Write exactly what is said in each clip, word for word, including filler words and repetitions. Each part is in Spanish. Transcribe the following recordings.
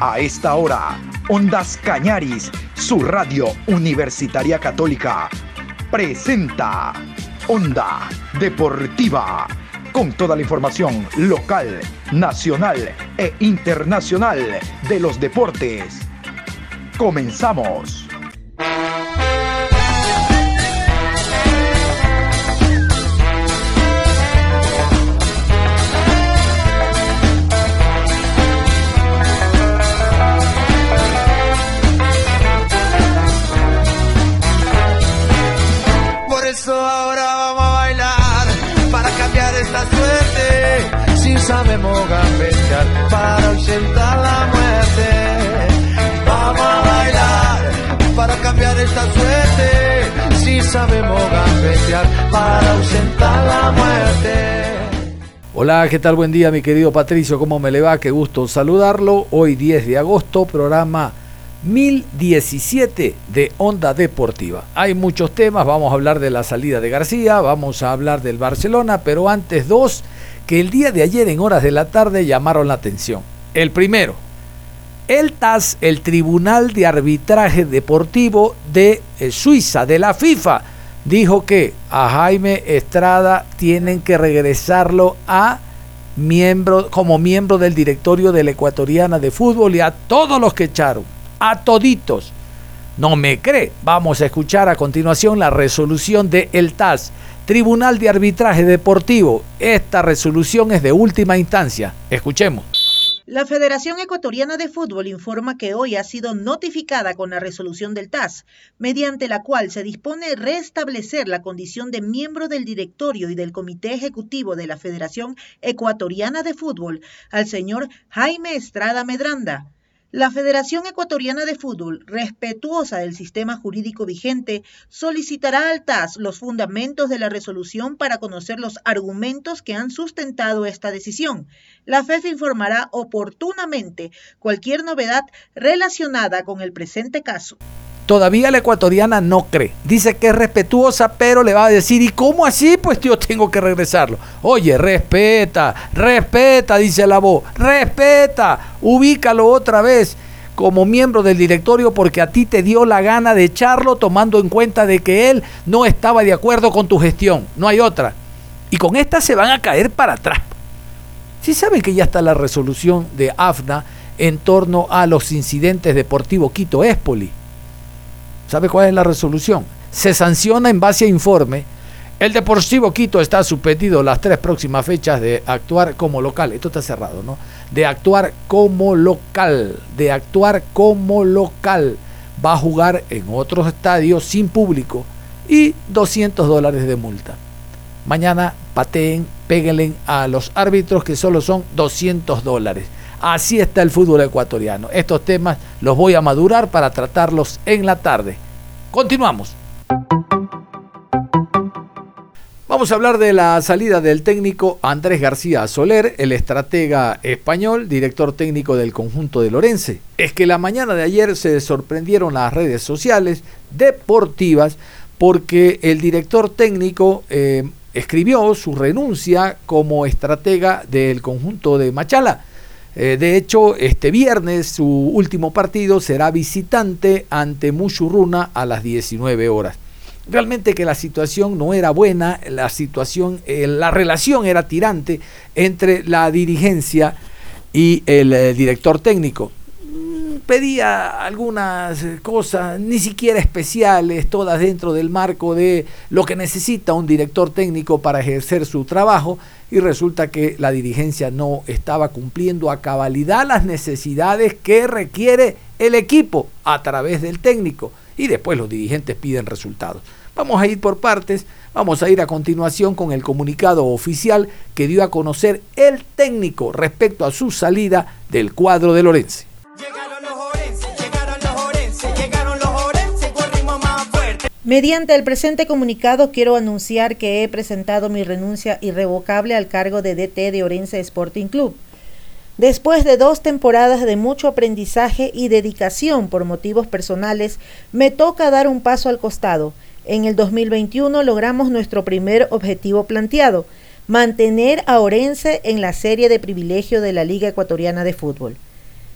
A esta hora, Ondas Cañaris, su radio universitaria católica, presenta Onda Deportiva, con toda la información local, nacional e internacional de los deportes. Comenzamos. Ahora vamos a bailar para cambiar esta suerte. Si sabemos gambetear para ausentar la muerte. Vamos a bailar para cambiar esta suerte. Si sabemos gambetear para ausentar la muerte. Hola, ¿qué tal? Buen día, mi querido Patricio. ¿Cómo me le va? Qué gusto saludarlo. Hoy diez de agosto, programa mil diecisiete de Onda Deportiva. Hay muchos temas, vamos a hablar de la salida de García, vamos a hablar del Barcelona, pero antes dos que el día de ayer en horas de la tarde llamaron la atención. El primero, el T A S, el Tribunal de Arbitraje Deportivo de eh, Suiza, de la FIFA, dijo que a Jaime Estrada tienen que regresarlo a miembro, como miembro del directorio de la Ecuatoriana de Fútbol y a todos los que echaron. A toditos. ¿No me cree? Vamos a escuchar a continuación la resolución de el T A S, Tribunal de Arbitraje Deportivo. Esta resolución es de última instancia. Escuchemos. La Federación Ecuatoriana de Fútbol informa que hoy ha sido notificada con la resolución del T A S, mediante la cual se dispone restablecer la condición de miembro del directorio y del comité ejecutivo de la Federación Ecuatoriana de Fútbol al señor Jaime Estrada Medranda. La Federación Ecuatoriana de Fútbol, respetuosa del sistema jurídico vigente, solicitará al T A S los fundamentos de la resolución para conocer los argumentos que han sustentado esta decisión. La F E F informará oportunamente cualquier novedad relacionada con el presente caso. Todavía la ecuatoriana no cree. Dice que es respetuosa, pero le va a decir, ¿y cómo así? Pues yo tengo que regresarlo. Oye, respeta, respeta, dice la voz, respeta, ubícalo otra vez como miembro del directorio porque a ti te dio la gana de echarlo tomando en cuenta de que él no estaba de acuerdo con tu gestión. No hay otra. Y con esta se van a caer para atrás. ¿Sí saben que ya está la resolución de A F N A en torno a los incidentes deportivos Quito Espoli? ¿Sabe cuál es la resolución? Se sanciona en base a informe. El Deportivo Quito está suspendido las tres próximas fechas de actuar como local. Esto está cerrado, ¿no? De actuar como local. De actuar como local. Va a jugar en otros estadios sin público. Y doscientos dólares de multa. Mañana pateen, péguenle a los árbitros que solo son doscientos dólares. Así está el fútbol ecuatoriano. Estos temas los voy a madurar para tratarlos en la tarde. Continuamos. Vamos a hablar de la salida del técnico Andrés García Soler, el estratega español, director técnico del conjunto de Orense. Es que la mañana de ayer se sorprendieron las redes sociales deportivas porque el director técnico eh, escribió su renuncia como estratega del conjunto de Machala. Eh, de hecho, este viernes su último partido será visitante ante Mushurruna a las diecinueve horas. Realmente que la situación no era buena, la situación, eh, la relación era tirante entre la dirigencia y el eh, director técnico. Pedía algunas cosas, ni siquiera especiales, todas dentro del marco de lo que necesita un director técnico para ejercer su trabajo, y resulta que la dirigencia no estaba cumpliendo a cabalidad las necesidades que requiere el equipo a través del técnico, y después los dirigentes piden resultados. Vamos a ir por partes, vamos a ir a continuación con el comunicado oficial que dio a conocer el técnico respecto a su salida del cuadro de Orense. Llegaron los Orense, llegaron los Orense, llegaron los Orense con ritmo más fuerte. Mediante el presente comunicado quiero anunciar que he presentado mi renuncia irrevocable al cargo de D T de Orense Sporting Club. Después de dos temporadas de mucho aprendizaje y dedicación por motivos personales, me toca dar un paso al costado. En el dos mil veintiuno logramos nuestro primer objetivo planteado, mantener a Orense en la serie de privilegio de la Liga Ecuatoriana de Fútbol.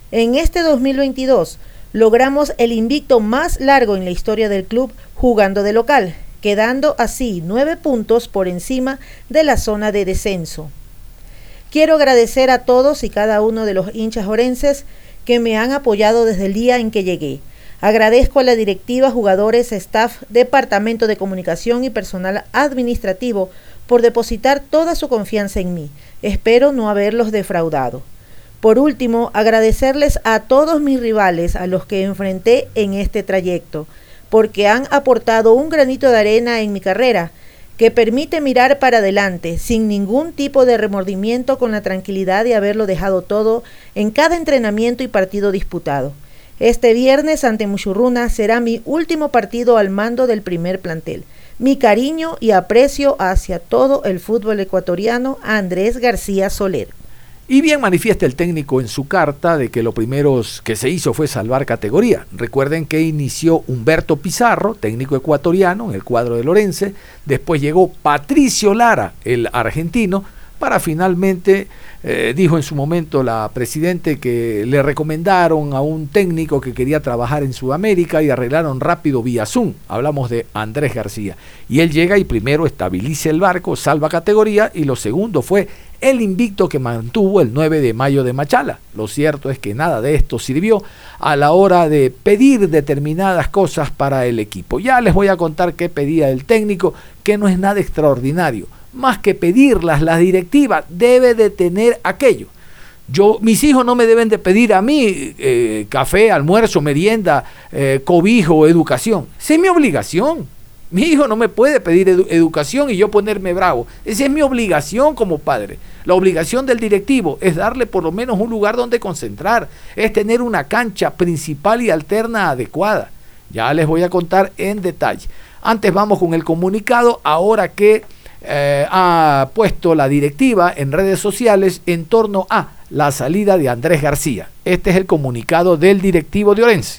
En este dos mil veintidós logramos el invicto más largo en la historia del club jugando de local, quedando así nueve puntos por encima de la zona de descenso. Quiero agradecer a todos y cada uno de los hinchas orenses que me han apoyado desde el día en que llegué. Agradezco a la directiva, jugadores, staff, departamento de comunicación y personal administrativo por depositar toda su confianza en mí. Espero no haberlos defraudado. Por último, agradecerles a todos mis rivales a los que enfrenté en este trayecto, porque han aportado un granito de arena en mi carrera, que permite mirar para adelante sin ningún tipo de remordimiento, con la tranquilidad de haberlo dejado todo en cada entrenamiento y partido disputado. Este viernes ante Muchurruna será mi último partido al mando del primer plantel. Mi cariño y aprecio hacia todo el fútbol ecuatoriano, Andrés García Soler. Y bien manifiesta el técnico en su carta de que lo primero que se hizo fue salvar categoría. Recuerden que inició Humberto Pizarro, técnico ecuatoriano, en el cuadro del Orense. Después llegó Patricio Lara, el argentino, para finalmente, eh, dijo en su momento la presidente que le recomendaron a un técnico que quería trabajar en Sudamérica y arreglaron rápido vía Zoom. Hablamos de Andrés García. Y él llega y primero estabiliza el barco, salva categoría, y lo segundo fue el invicto que mantuvo el nueve de mayo de Machala. Lo cierto es que nada de esto sirvió a la hora de pedir determinadas cosas para el equipo. Ya les voy a contar qué pedía el técnico, que no es nada extraordinario. Más que pedirlas, la directiva debe de tener aquello. Yo, mis hijos no me deben de pedir a mí eh, café, almuerzo, merienda, eh, cobijo, educación. Esa es mi obligación. Mi hijo no me puede pedir edu- educación y yo ponerme bravo. Esa es mi obligación como padre. La obligación del directivo es darle por lo menos un lugar donde concentrar, es tener una cancha principal y alterna adecuada. Ya les voy a contar en detalle. Antes vamos con el comunicado, ahora que eh, ha puesto la directiva en redes sociales en torno a la salida de Andrés García. Este es el comunicado del directivo de Orense.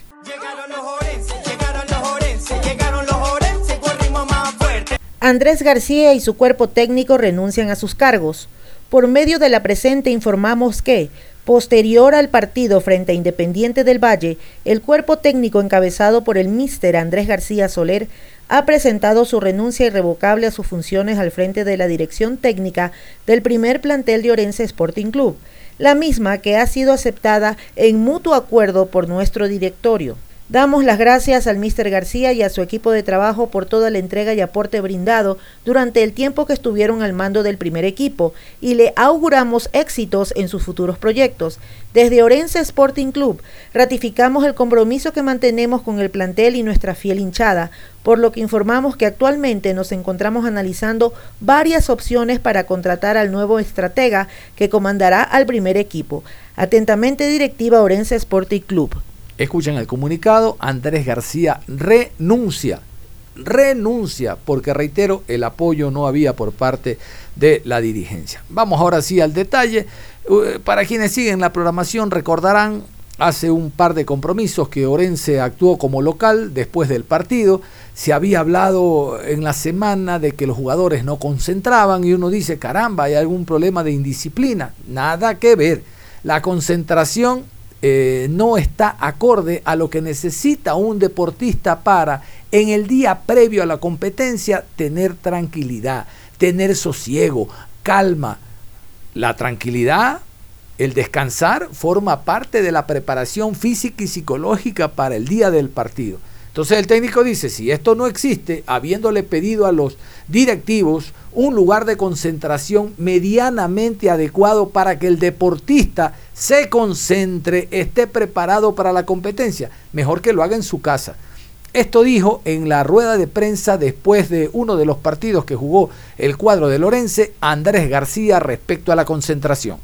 Andrés García y su cuerpo técnico renuncian a sus cargos. Por medio de la presente informamos que, posterior al partido frente a Independiente del Valle, el cuerpo técnico encabezado por el míster Andrés García Soler ha presentado su renuncia irrevocable a sus funciones al frente de la dirección técnica del primer plantel de Orense Sporting Club, la misma que ha sido aceptada en mutuo acuerdo por nuestro directorio. Damos las gracias al míster García y a su equipo de trabajo por toda la entrega y aporte brindado durante el tiempo que estuvieron al mando del primer equipo y le auguramos éxitos en sus futuros proyectos. Desde Orense Sporting Club ratificamos el compromiso que mantenemos con el plantel y nuestra fiel hinchada, por lo que informamos que actualmente nos encontramos analizando varias opciones para contratar al nuevo estratega que comandará al primer equipo. Atentamente, directiva Orense Sporting Club. Escuchen el comunicado, Andrés García renuncia, renuncia, porque reitero, el apoyo no había por parte de la dirigencia. Vamos ahora sí al detalle. Para quienes siguen la programación recordarán hace un par de compromisos que Orense actuó como local después del partido. Se había hablado en la semana de que los jugadores no concentraban y uno dice, caramba, hay algún problema de indisciplina. Nada que ver. La concentración Eh, no está acorde a lo que necesita un deportista para, en el día previo a la competencia, tener tranquilidad, tener sosiego, calma. La tranquilidad, el descansar, forma parte de la preparación física y psicológica para el día del partido. Entonces el técnico dice, si esto no existe, habiéndole pedido a los directivos un lugar de concentración medianamente adecuado para que el deportista se concentre, esté preparado para la competencia, mejor que lo haga en su casa. Esto dijo en la rueda de prensa después de uno de los partidos que jugó el cuadro del Orense, Andrés García, respecto a la concentración.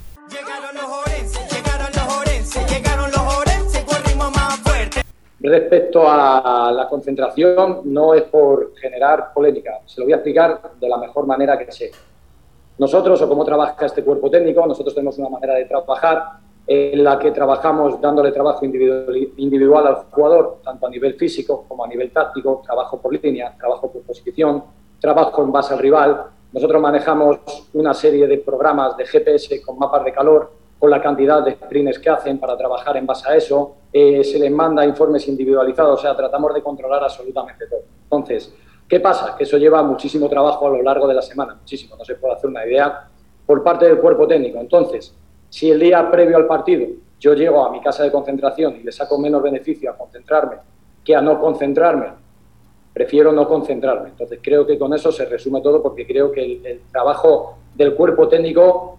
Respecto a la concentración, no es por generar polémica, se lo voy a explicar de la mejor manera que sé. Nosotros, o cómo trabaja este cuerpo técnico, nosotros tenemos una manera de trabajar en la que trabajamos dándole trabajo individual al jugador, tanto a nivel físico como a nivel táctico, trabajo por línea, trabajo por posición, trabajo en base al rival. Nosotros manejamos una serie de programas de G P S con mapas de calor, con la cantidad de sprints que hacen para trabajar en base a eso, eh, se les manda informes individualizados, o sea, tratamos de controlar absolutamente todo. Entonces, ¿qué pasa? Que eso lleva muchísimo trabajo a lo largo de la semana, muchísimo, no se puede hacer una idea por parte del cuerpo técnico. Entonces, si el día previo al partido yo llego a mi casa de concentración y le saco menos beneficio a concentrarme que a no concentrarme, prefiero no concentrarme. Entonces, creo que con eso se resume todo, porque creo que el, el trabajo del cuerpo técnico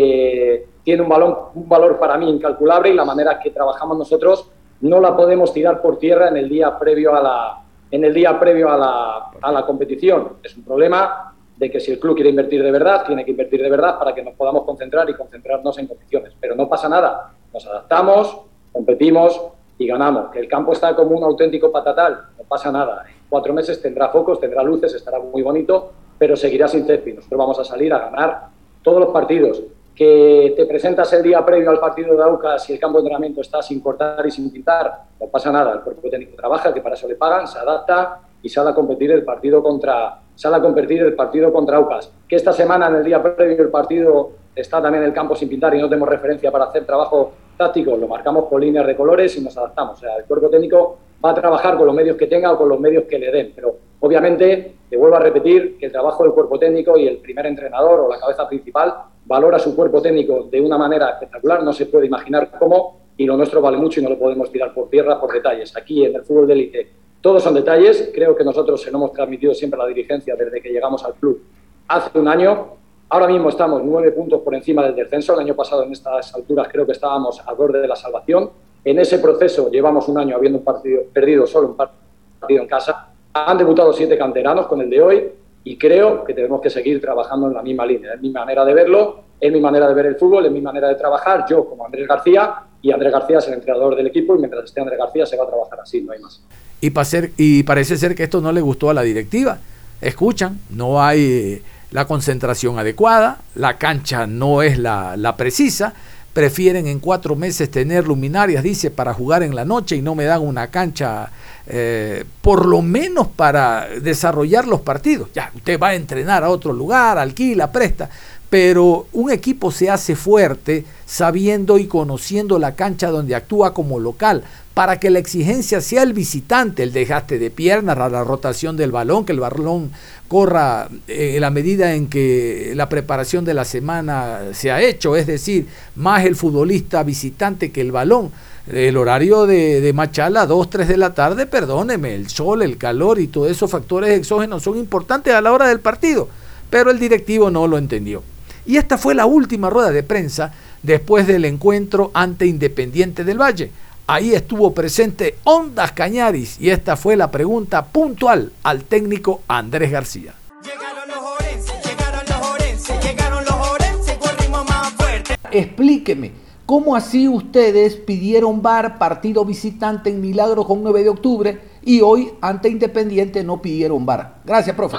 eh, tiene un valor, un valor para mí incalculable, y la manera que trabajamos nosotros no la podemos tirar por tierra en el día previo a la, en el día previo a la, a la competición. Es un problema de que si el club quiere invertir de verdad, tiene que invertir de verdad para que nos podamos concentrar y concentrarnos en competiciones. Pero no pasa nada, nos adaptamos, competimos y ganamos. Que el campo está como un auténtico patatal, no pasa nada. En cuatro meses tendrá focos, tendrá luces, estará muy bonito, pero seguirá sin césped. Nosotros vamos a salir a ganar todos los partidos. Que te presentas el día previo al partido de Aucas y el campo de entrenamiento está sin cortar y sin pintar, no pasa nada. El cuerpo técnico trabaja, que para eso le pagan, se adapta y sale a competir el partido contra, sale a competir el partido contra Aucas. Que esta semana, en el día previo del partido, está también el campo sin pintar y no tenemos referencia para hacer trabajo táctico, lo marcamos con líneas de colores y nos adaptamos. O sea, el cuerpo técnico va a trabajar con los medios que tenga o con los medios que le den, pero obviamente, te vuelvo a repetir, que el trabajo del cuerpo técnico y el primer entrenador o la cabeza principal valora su cuerpo técnico de una manera espectacular, no se puede imaginar cómo, y lo nuestro vale mucho y no lo podemos tirar por tierra por detalles. Aquí en el fútbol de élite todos son detalles. Creo que nosotros se lo hemos transmitido siempre a la dirigencia desde que llegamos al club hace un año. Ahora mismo estamos nueve puntos por encima del descenso. El año pasado en estas alturas creo que estábamos al borde de la salvación. En ese proceso llevamos un año habiendo un partido, perdido solo un partido en casa. Han debutado siete canteranos con el de hoy y creo que tenemos que seguir trabajando en la misma línea. Es mi manera de verlo, es mi manera de ver el fútbol, es mi manera de trabajar. Yo como Andrés García, y Andrés García es el entrenador del equipo, y mientras esté Andrés García se va a trabajar así, no hay más. Y, pa ser, y parece ser que esto no le gustó a la directiva. Escuchan, no hay la concentración adecuada, la cancha no es la, la precisa, prefieren en cuatro meses tener luminarias, dice, para jugar en la noche, y no me dan una cancha eh, por lo menos para desarrollar los partidos. Ya, usted va a entrenar a otro lugar, alquila, presta, pero un equipo se hace fuerte sabiendo y conociendo la cancha donde actúa como local, para que la exigencia sea el visitante, el desgaste de piernas, la rotación del balón, que el balón corra en la medida en que la preparación de la semana se ha hecho, es decir, más el futbolista visitante que el balón. El horario de, de Machala, dos, tres de la tarde, perdóneme, el sol, el calor y todos esos factores exógenos son importantes a la hora del partido, pero el directivo no lo entendió. Y esta fue la última rueda de prensa después del encuentro ante Independiente del Valle. Ahí estuvo presente Ondas Cañaris y esta fue la pregunta puntual al técnico Andrés García. Llegaron los orenses, llegaron los orenses, llegaron los orenses con ritmo más fuerte. Explíqueme, ¿cómo así ustedes pidieron V A R partido visitante en Milagro con nueve de octubre y hoy ante Independiente no pidieron V A R? Gracias, profe.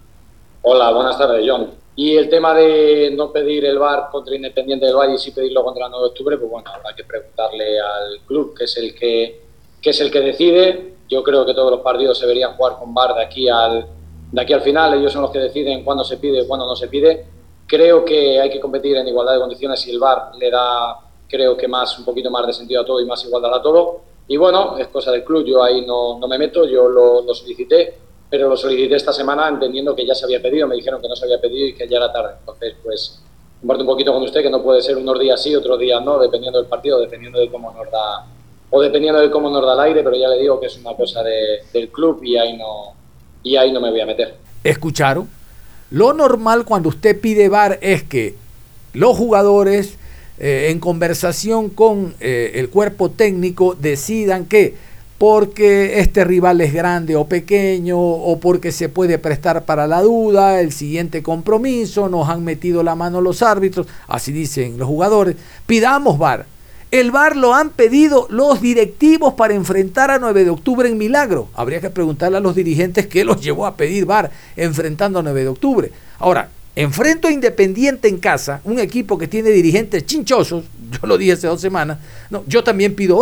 Hola, buenas tardes, John. Y el tema de no pedir el V A R contra Independiente del Valle y sí pedirlo contra el nueve de octubre, pues bueno, habrá que preguntarle al club, que es el que, que es el que decide. Yo creo que todos los partidos se deberían jugar con V A R de aquí al, de aquí al final. Ellos son los que deciden cuándo se pide y cuándo no se pide. Creo que hay que competir en igualdad de condiciones y el V A R le da, creo que más, un poquito más de sentido a todo y más igualdad a todo. Y bueno, es cosa del club, yo ahí no, no me meto, yo lo, lo solicité. Pero lo solicité esta semana entendiendo que ya se había pedido, me dijeron que no se había pedido y que ya era tarde. Entonces, pues, comparto un poquito con usted que no puede ser unos días sí, otros días no, dependiendo del partido, dependiendo de cómo nos da, o dependiendo de cómo nos da el aire, pero ya le digo que es una cosa de, del club y ahí no, y ahí no me voy a meter. ¿Escucharon? Lo normal cuando usted pide V A R es que los jugadores, eh, en conversación con eh, el cuerpo técnico, decidan que porque este rival es grande o pequeño, o porque se puede prestar para la duda, el siguiente compromiso, nos han metido la mano los árbitros, así dicen los jugadores, pidamos V A R. El V A R lo han pedido los directivos para enfrentar a nueve de octubre en Milagro. Habría que preguntarle a los dirigentes qué los llevó a pedir V A R enfrentando a nueve de octubre. Ahora, enfrento a Independiente en casa, un equipo que tiene dirigentes chinchosos, yo lo dije hace dos semanas, no, yo también pido V A R.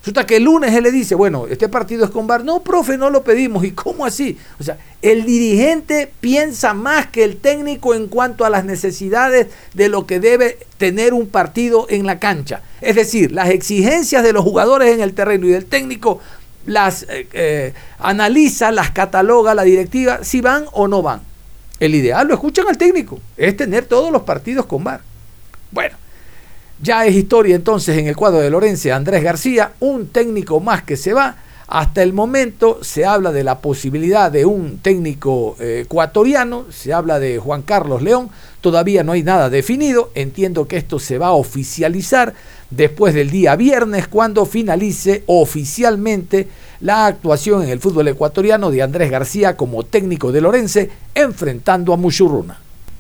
Resulta que el lunes él le dice, bueno, este partido es con V A R. No, profe, no lo pedimos. ¿Y cómo así? O sea, el dirigente piensa más que el técnico en cuanto a las necesidades de lo que debe tener un partido en la cancha. Es decir, las exigencias de los jugadores en el terreno y del técnico las eh, eh, analiza, las cataloga la directiva, si van o no van. El ideal, lo escuchan al técnico, es tener todos los partidos con V A R. Bueno, ya es historia entonces en el cuadro de Lorense Andrés García, un técnico más que se va. Hasta el momento se habla de la posibilidad de un técnico eh, ecuatoriano, se habla de Juan Carlos León, todavía no hay nada definido, entiendo que esto se va a oficializar después del día viernes cuando finalice oficialmente la actuación en el fútbol ecuatoriano de Andrés García como técnico de Lorense enfrentando a Muchurruna.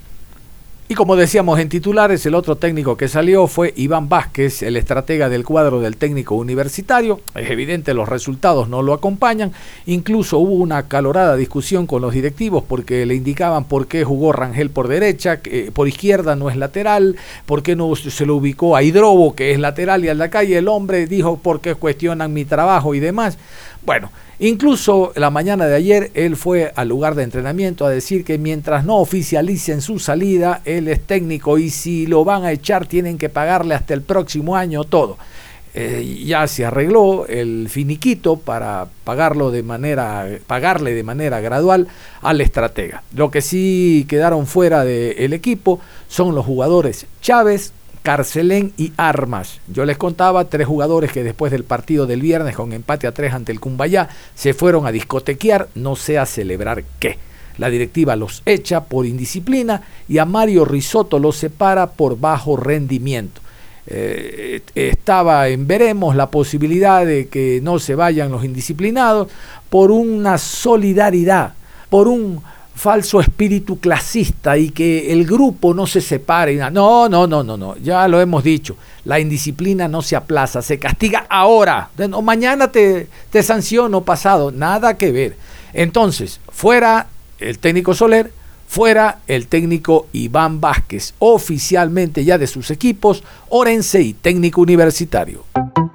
Y como decíamos en titulares, el otro técnico que salió fue Iván Vázquez, el estratega del cuadro del técnico universitario. Es evidente, los resultados no lo acompañan. Incluso hubo una acalorada discusión con los directivos porque le indicaban por qué jugó Rangel por derecha, que por izquierda no es lateral, por qué no se lo ubicó a Hidrobo, que es lateral, y a la calle el hombre dijo por qué cuestionan mi trabajo y demás. Bueno, incluso la mañana de ayer él fue al lugar de entrenamiento a decir que mientras no oficialicen su salida, él es técnico y si lo van a echar tienen que pagarle hasta el próximo año todo. Eh, ya se arregló el finiquito para pagarlo de manera, pagarle de manera gradual al estratega. Lo que sí quedaron fuera del equipo son los jugadores Chávez, Carcelén y Armas. Yo les contaba, tres jugadores que después del partido del viernes con empate a tres ante el Cumbayá se fueron a discotequear, no sé a celebrar qué. La directiva los echa por indisciplina y a Mario Risotto los separa por bajo rendimiento. Eh, estaba en veremos la posibilidad de que no se vayan los indisciplinados por una solidaridad, por un falso espíritu clasista y que el grupo no se separe. No, no, no, no, no, ya lo hemos dicho, la indisciplina no se aplaza, se castiga ahora, no, mañana te, te sanciono pasado, nada que ver. Entonces, fuera el técnico Soler, fuera el técnico Iván Vázquez, oficialmente ya de sus equipos, Orense y técnico universitario.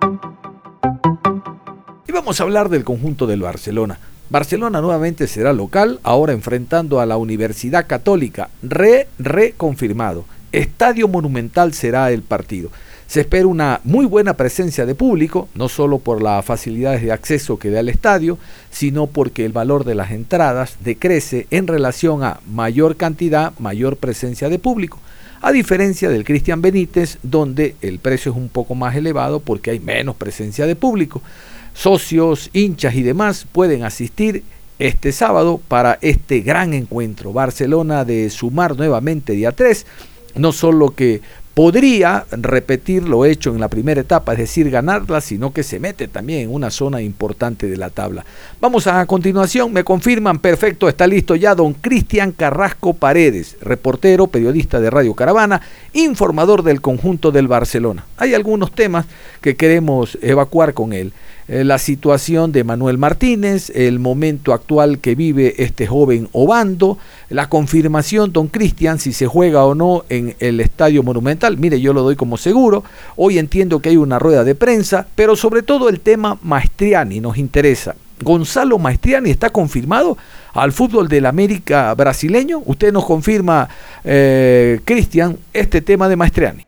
Y vamos a hablar del conjunto del Barcelona. Barcelona nuevamente será local, ahora enfrentando a la Universidad Católica, re, reconfirmado. Estadio Monumental será el partido. Se espera una muy buena presencia de público, no solo por las facilidades de acceso que da el estadio, sino porque el valor de las entradas decrece en relación a mayor cantidad, mayor presencia de público. A diferencia del Cristian Benítez, donde el precio es un poco más elevado porque hay menos presencia de público. Socios, hinchas y demás pueden asistir este sábado para este gran encuentro. Barcelona de sumar nuevamente día tres, no solo que podría repetir lo hecho en la primera etapa, es decir, ganarla, sino que se mete también en una zona importante de la tabla. Vamos a, a continuación, me confirman, perfecto, está listo ya don Cristian Carrasco Paredes, reportero, periodista de Radio Caravana, informador del conjunto del Barcelona. Hay algunos temas que queremos evacuar con él. Eh, la situación de Manuel Martínez, el momento actual que vive este joven Obando, la confirmación, don Cristian, si se juega o no en el Estadio Monumental. Mire, yo lo doy como seguro. Hoy entiendo que hay una rueda de prensa, pero sobre todo el tema Maestriani nos interesa. Gonzalo Maestriani está confirmado al fútbol del América brasileño. Usted nos confirma, eh, Cristian, este tema de Maestriani.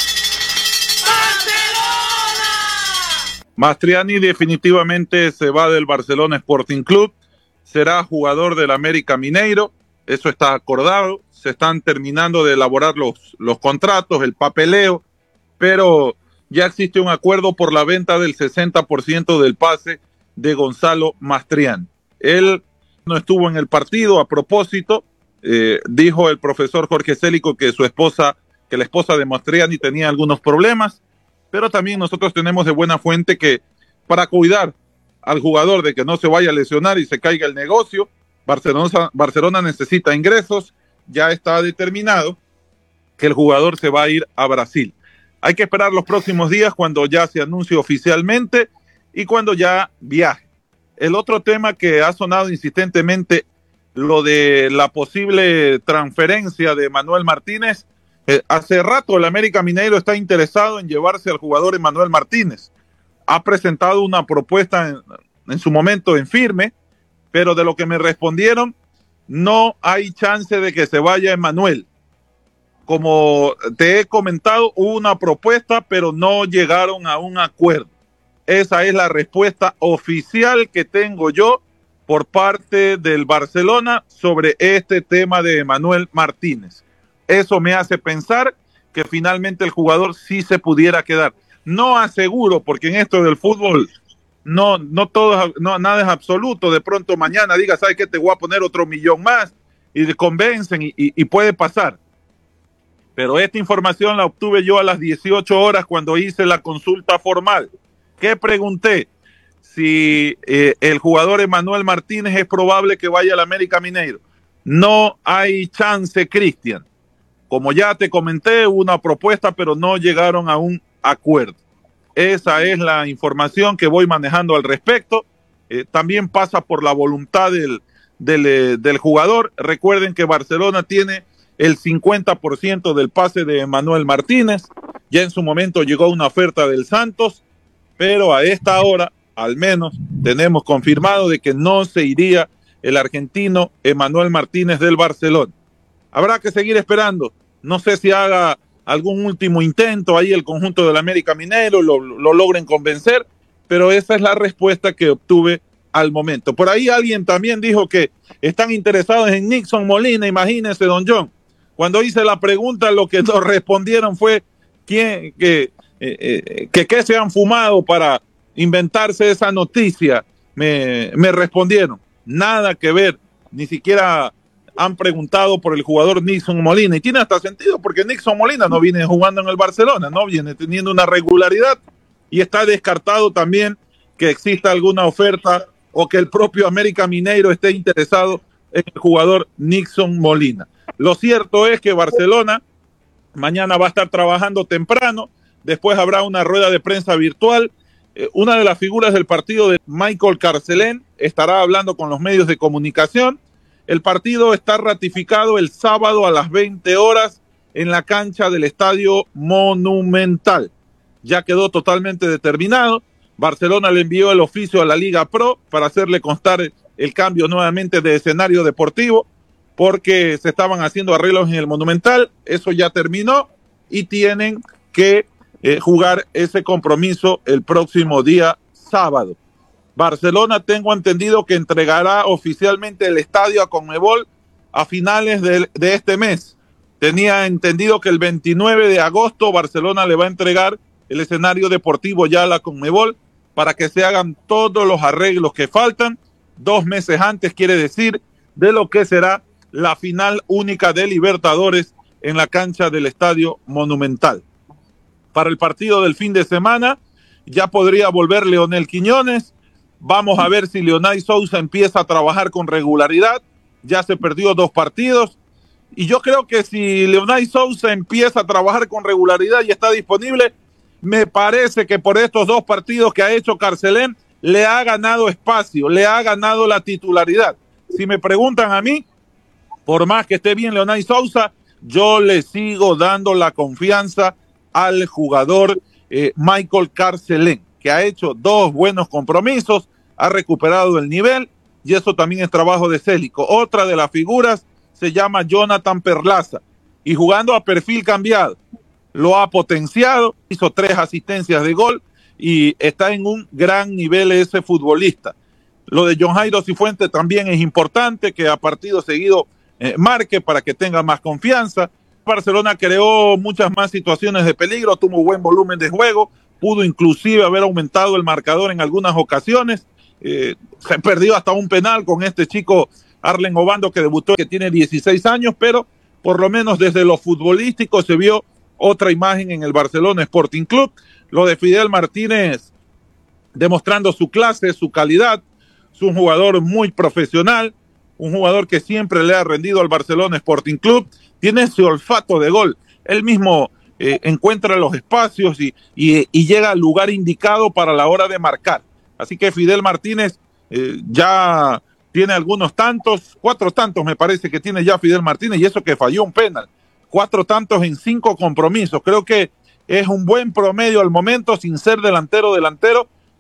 Maestriani definitivamente se va del Barcelona Sporting Club, será jugador del América Mineiro, eso está acordado, se están terminando de elaborar los, los contratos, el papeleo, pero ya existe un acuerdo por la venta del sesenta por ciento del pase de Gonzalo Maestriani. Él no estuvo en el partido a propósito, eh, dijo el profesor Jorge Célico que su esposa, que la esposa de Maestriani tenía algunos problemas, pero también nosotros tenemos de buena fuente que para cuidar al jugador de que no se vaya a lesionar y se caiga el negocio, Barcelona, Barcelona necesita ingresos, ya está determinado que el jugador se va a ir a Brasil. Hay que esperar los próximos días cuando ya se anuncie oficialmente y cuando ya viaje. El otro tema que ha sonado insistentemente, lo de la posible transferencia de Manuel Martínez. Eh, hace rato el América Mineiro está interesado en llevarse al jugador Emmanuel Martínez. ha presentado una propuesta en, en su momento en firme, pero de lo que me respondieron, no hay chance de que se vaya Emmanuel. Como te he comentado, hubo una propuesta, pero no llegaron a un acuerdo. Esa es la respuesta oficial que tengo yo por parte del Barcelona sobre este tema de Emmanuel Martínez. Eso me hace pensar que finalmente el jugador sí se pudiera quedar. No aseguro, porque en esto del fútbol no, no todo, no, nada es absoluto. De pronto mañana diga, ¿sabes qué? Te voy a poner otro millón más y te convencen y, y, y puede pasar. Pero esta información la obtuve yo a las dieciocho horas cuando hice la consulta formal. ¿Qué pregunté? Si eh, el jugador Emmanuel Martínez es probable que vaya al América Mineiro. No hay chance, Cristian. Como ya te comenté, hubo una propuesta, pero no llegaron a un acuerdo. Esa es la información que voy manejando al respecto. Eh, también pasa por la voluntad del, del, eh, del jugador. Recuerden que Barcelona tiene el cincuenta por ciento del pase de Emmanuel Martínez. Ya en su momento llegó una oferta del Santos, pero a esta hora, al menos, tenemos confirmado de que no se iría el argentino Emmanuel Martínez del Barcelona. Habrá que seguir esperando. No sé si haga algún último intento ahí el conjunto del América Mineiro, lo, lo logren convencer, pero esa es la respuesta que obtuve al momento. Por ahí alguien también dijo que están interesados en Nixon Molina. Imagínese, don John. Cuando hice la pregunta, lo que nos respondieron fue quién, que, eh, eh, que qué se han fumado para inventarse esa noticia. Me, me respondieron, nada que ver, ni siquiera han preguntado por el jugador Nixon Molina, y tiene hasta sentido porque Nixon Molina no viene jugando en el Barcelona, no viene teniendo una regularidad, y está descartado también que exista alguna oferta o que el propio América Mineiro esté interesado en el jugador Nixon Molina. Lo cierto es que Barcelona mañana va a estar trabajando temprano, después habrá una rueda de prensa virtual. Eh, una de las figuras del partido, de Michael Carcelén, estará hablando con los medios de comunicación. El partido está ratificado el sábado a las veinte horas en la cancha del Estadio Monumental. Ya quedó totalmente determinado. Barcelona le envió el oficio a la Liga Pro para hacerle constar el cambio nuevamente de escenario deportivo, porque se estaban haciendo arreglos en el Monumental. Eso ya terminó y tienen que eh, jugar ese compromiso el próximo día sábado. Barcelona, tengo entendido que entregará oficialmente el estadio a Conmebol a finales de, de este mes. Tenía entendido que el veintinueve de agosto Barcelona le va a entregar el escenario deportivo ya a la Conmebol para que se hagan todos los arreglos que faltan. Dos meses antes, quiere decir, de lo que será la final única de Libertadores en la cancha del Estadio Monumental. Para el partido del fin de semana ya podría volver Leonel Quiñones. Vamos a ver si Leonay Sousa empieza a trabajar con regularidad. Ya se perdió dos partidos. Y yo creo que si Leonay Sousa empieza a trabajar con regularidad y está disponible, me parece que por estos dos partidos que ha hecho Carcelén, le ha ganado espacio, le ha ganado la titularidad. Si me preguntan a mí, por más que esté bien Leonay Sousa, yo le sigo dando la confianza al jugador eh, Michael Carcelén, que ha hecho dos buenos compromisos, ha recuperado el nivel, y eso también es trabajo de Célico. Otra de las figuras se llama Jonathan Perlaza, y jugando a perfil cambiado, lo ha potenciado, hizo tres asistencias de gol, y está en un gran nivel ese futbolista. Lo de John Jairo Cifuentes también es importante, que a partido seguido eh, marque para que tenga más confianza. Barcelona creó muchas más situaciones de peligro, tuvo buen volumen de juego, pudo inclusive haber aumentado el marcador en algunas ocasiones. Eh, se perdió hasta un penal con este chico Arlen Obando, que debutó, que tiene dieciséis años, pero por lo menos desde lo futbolístico se vio otra imagen en el Barcelona Sporting Club. Lo de Fidel Martínez demostrando su clase, su calidad. Es un jugador muy profesional, un jugador que siempre le ha rendido al Barcelona Sporting Club. Tiene ese olfato de gol. Él mismo eh, encuentra los espacios y, y, y llega al lugar indicado para la hora de marcar. Así que Fidel Martínez eh, ya tiene algunos tantos, cuatro tantos me parece que tiene ya Fidel Martínez, y eso que falló un penal. Cuatro tantos en cinco compromisos. Creo que es un buen promedio al momento, sin ser delantero delantero,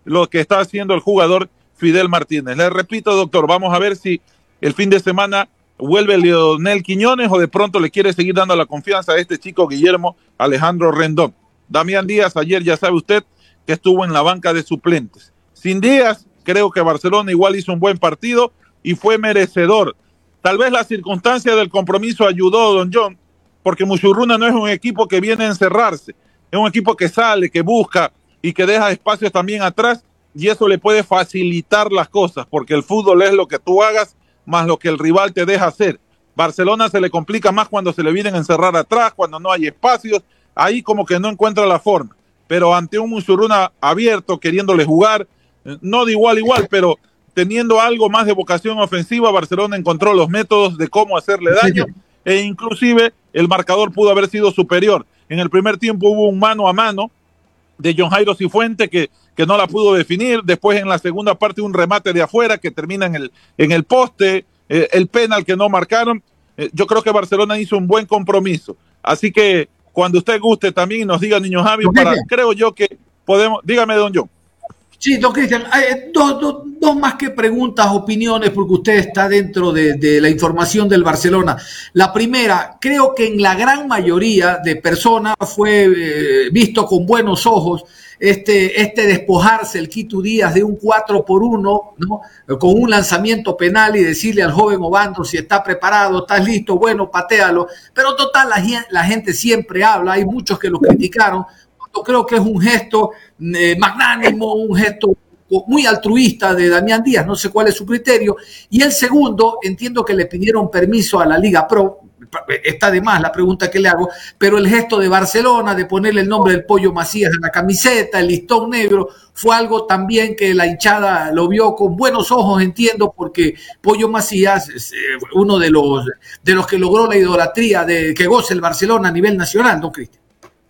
lo que está haciendo el jugador Fidel Martínez. Les repito, doctor, vamos a ver si el fin de semana vuelve Leonel Quiñones o de pronto le quiere seguir dando la confianza a este chico Guillermo Alejandro Rendón. Damián Díaz, ayer ya sabe usted que estuvo en la banca de suplentes. Sin Díaz, creo que Barcelona igual hizo un buen partido y fue merecedor. Tal vez la circunstancia del compromiso ayudó, don John, porque Muchurruna no es un equipo que viene a encerrarse, es un equipo que sale, que busca y que deja espacios también atrás, y eso le puede facilitar las cosas, porque el fútbol es lo que tú hagas más lo que el rival te deja hacer. Barcelona se le complica más cuando se le vienen a encerrar atrás, cuando no hay espacios, ahí como que no encuentra la forma, pero ante un Muchurruna abierto, queriéndole jugar, no de igual a igual, pero teniendo algo más de vocación ofensiva, Barcelona encontró los métodos de cómo hacerle daño, e inclusive el marcador pudo haber sido superior. En el primer tiempo hubo un mano a mano de John Jairo Cifuentes que, que no la pudo definir, después en la segunda parte un remate de afuera que termina en el, en el poste, eh, el penal que no marcaron. Eh, yo creo que Barcelona hizo un buen compromiso, así que cuando usted guste también nos diga, niño Javi, para, creo yo que podemos, dígame don John. Sí, don Cristian, eh, dos, dos, dos más que preguntas, opiniones, porque usted está dentro de, de la información del Barcelona. La primera, creo que en la gran mayoría de personas fue eh, visto con buenos ojos este, este despojarse el Quito Díaz de un cuatro por uno, ¿no? Con un lanzamiento penal y decirle al joven Obando si está preparado, estás listo, bueno, patéalo. Pero total, la, la gente siempre habla, hay muchos que lo criticaron. Yo creo que es un gesto eh, magnánimo, un gesto muy altruista de Damián Díaz, no sé cuál es su criterio. Y el segundo, entiendo que le pidieron permiso a la Liga Pro, está de más la pregunta que le hago, pero el gesto de Barcelona de ponerle el nombre del Pollo Macías en la camiseta, el listón negro, fue algo también que la hinchada lo vio con buenos ojos, entiendo, porque Pollo Macías es uno de los, de los que logró la idolatría de que goce el Barcelona a nivel nacional, ¿no, Cristian?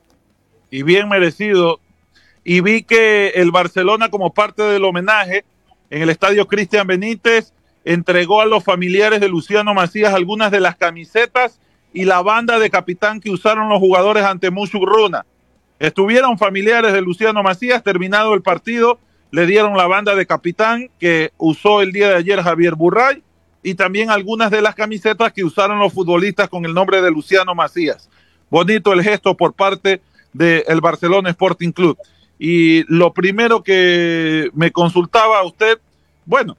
Y bien merecido, y vi que el Barcelona, como parte del homenaje en el estadio Cristian Benítez, entregó a los familiares de Luciano Macías algunas de las camisetas y la banda de capitán que usaron los jugadores ante Muchurruna. Estuvieron familiares de Luciano Macías, terminado el partido, le dieron la banda de capitán que usó el día de ayer Javier Burray, y también algunas de las camisetas que usaron los futbolistas con el nombre de Luciano Macías. Bonito el gesto por parte del Barcelona Sporting Club. Y lo primero que me consultaba a usted, bueno,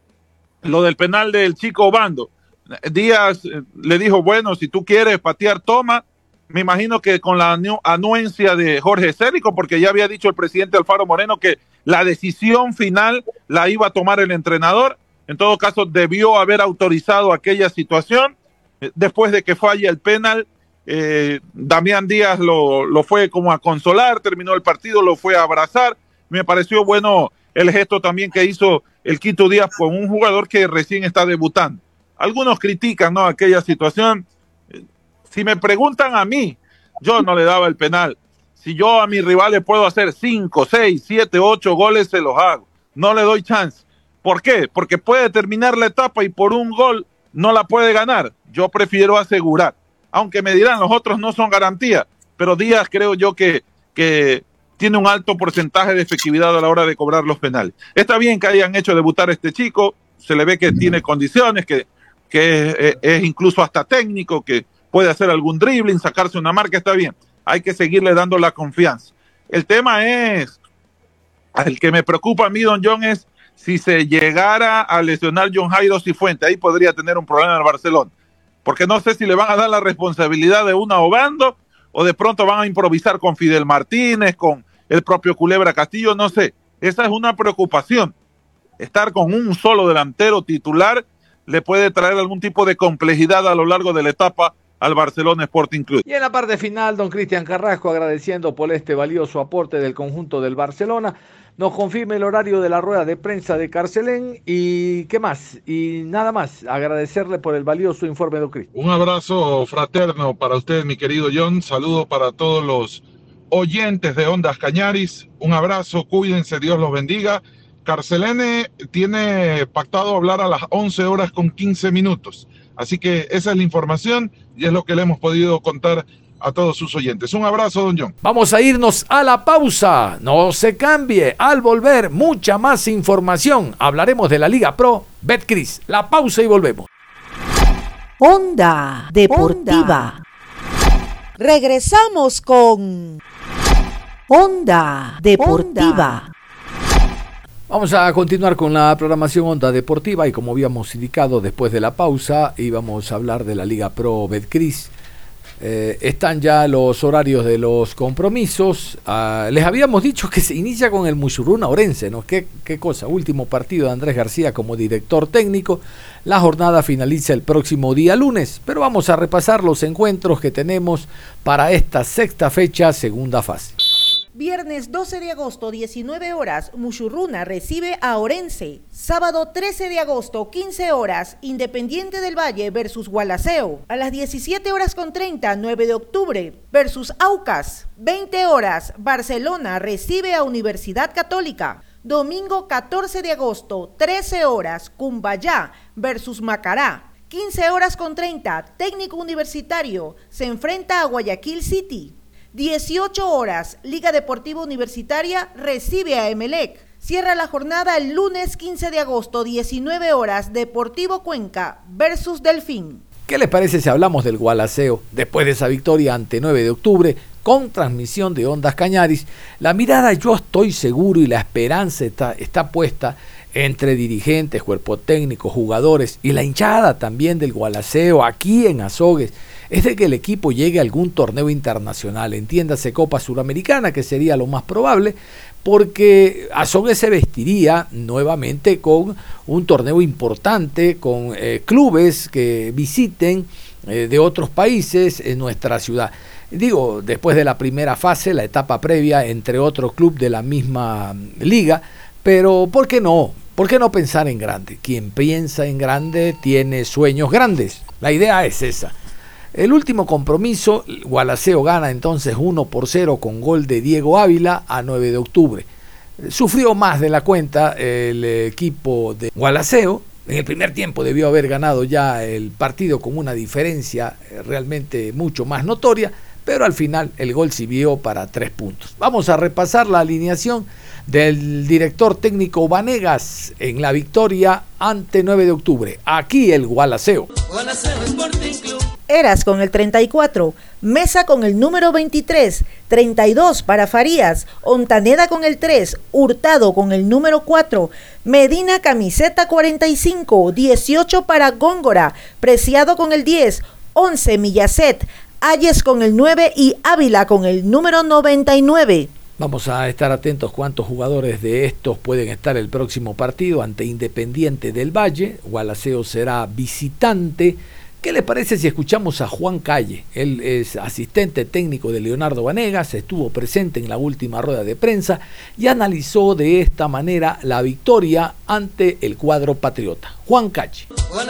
lo del penal del chico Obando. Díaz eh, le dijo, bueno, si tú quieres patear, toma. Me imagino que con la anu anuencia de Jorge Cérico, porque ya había dicho el presidente Alfaro Moreno que la decisión final la iba a tomar el entrenador. En todo caso, debió haber autorizado aquella situación. Eh, después de que falla el penal, Eh, Damián Díaz lo, lo fue como a consolar, terminó el partido, lo fue a abrazar. Me pareció bueno el gesto también que hizo el Quito Díaz con un jugador que recién está debutando. Algunos critican, ¿no?, aquella situación. Si me preguntan a mí, yo no le daba el penal. Si yo a mis rivales puedo hacer cinco, seis, siete, ocho goles, se los hago. No le doy chance. ¿Por qué? Porque puede terminar la etapa y por un gol no la puede ganar. Yo prefiero asegurar. Aunque me dirán, los otros no son garantía, pero Díaz creo yo que, que tiene un alto porcentaje de efectividad a la hora de cobrar los penales. Está bien que hayan hecho debutar a este chico, se le ve que tiene condiciones, que, que es, es incluso hasta técnico, que puede hacer algún dribbling, sacarse una marca, está bien. Hay que seguirle dando la confianza. El tema es, el que me preocupa a mí, don John, es si se llegara a lesionar John Jairo Cifuentes, ahí podría tener un problema en el Barcelona. Porque no sé si le van a dar la responsabilidad de una Obando o de pronto van a improvisar con Fidel Martínez, con el propio Culebra Castillo, no sé. Esa es una preocupación. Estar con un solo delantero titular le puede traer algún tipo de complejidad a lo largo de la etapa al Barcelona Sporting Club. Y en la parte final, don Cristian Carrasco, agradeciendo por este valioso aporte del conjunto del Barcelona, nos confirma el horario de la rueda de prensa de Carcelén y qué más, y nada más, agradecerle por el valioso informe, don Cristian. Un abrazo fraterno para usted, mi querido John, saludo para todos los oyentes de Ondas Cañaris, un abrazo, cuídense, Dios los bendiga. Carcelén tiene pactado hablar a las once horas con quince minutos, así que esa es la información y es lo que le hemos podido contar a todos sus oyentes. Un abrazo, don John. Vamos a irnos a la pausa. No se cambie. Al volver, mucha más información. Hablaremos de la Liga Pro Betcris. La pausa y volvemos. Onda Deportiva. Regresamos con Onda Deportiva. Vamos a continuar con la programación Onda Deportiva y como habíamos indicado después de la pausa íbamos a hablar de la Liga Pro Betcris. Eh, están ya los horarios de los compromisos. Uh, les habíamos dicho que se inicia con el Musuruna Orense, ¿no? ¿Qué, qué cosa? Último partido de Andrés García como director técnico. La jornada finaliza el próximo día lunes, pero vamos a repasar los encuentros que tenemos para esta sexta fecha, segunda fase. Viernes doce de agosto, diecinueve horas, Musuruna recibe a Orense. Sábado trece de agosto, quince horas, Independiente del Valle versus Gualaceo. A las diecisiete horas con treinta, nueve de octubre, versus Aucas. veinte horas, Barcelona recibe a Universidad Católica. Domingo catorce de agosto, trece horas, Cumbayá versus Macará. quince horas con treinta, Técnico Universitario se enfrenta a Guayaquil City. dieciocho horas, Liga Deportiva Universitaria recibe a Emelec. Cierra la jornada el lunes quince de agosto, diecinueve horas, Deportivo Cuenca versus Delfín. ¿Qué les parece si hablamos del Gualaceo? Después de esa victoria ante nueve de octubre, con transmisión de Ondas Cañaris, la mirada, yo estoy seguro, y la esperanza está, está puesta entre dirigentes, cuerpo técnico, jugadores y la hinchada también del Gualaceo aquí en Azogues, es de que el equipo llegue a algún torneo internacional, entiéndase Copa Suramericana, que sería lo más probable, porque Azogues se vestiría nuevamente con un torneo importante, con eh, clubes que visiten eh, de otros países en nuestra ciudad. Digo, después de la primera fase, la etapa previa entre otros clubes de la misma liga, pero ¿por qué no? ¿Por qué no pensar en grande? Quien piensa en grande tiene sueños grandes. La idea es esa. El último compromiso, Gualaceo gana entonces uno por cero con gol de Diego Ávila a nueve de octubre. Sufrió más de la cuenta el equipo de Gualaceo. En el primer tiempo debió haber ganado ya el partido con una diferencia realmente mucho más notoria, pero al final el gol sirvió para tres puntos. Vamos a repasar la alineación del director técnico Vanegas en la victoria ante nueve de octubre. Aquí el Gualaceo. Eras con el treinta y cuatro, Mesa con el número veintitrés, treinta y dos para Farías, Ontaneda con el tres, Hurtado con el número cuatro, Medina camiseta cuarenta y cinco, dieciocho para Góngora, Preciado con el diez, once Millacet, Ayes con el nueve y Ávila con el número noventa y nueve. Vamos a estar atentos cuántos jugadores de estos pueden estar el próximo partido ante Independiente del Valle. Gualaceo será visitante. ¿Qué le parece si escuchamos a Juan Calle? Él es asistente técnico de Leonardo Vanegas, estuvo presente en la última rueda de prensa y analizó de esta manera la victoria ante el cuadro patriota. Juan Calle.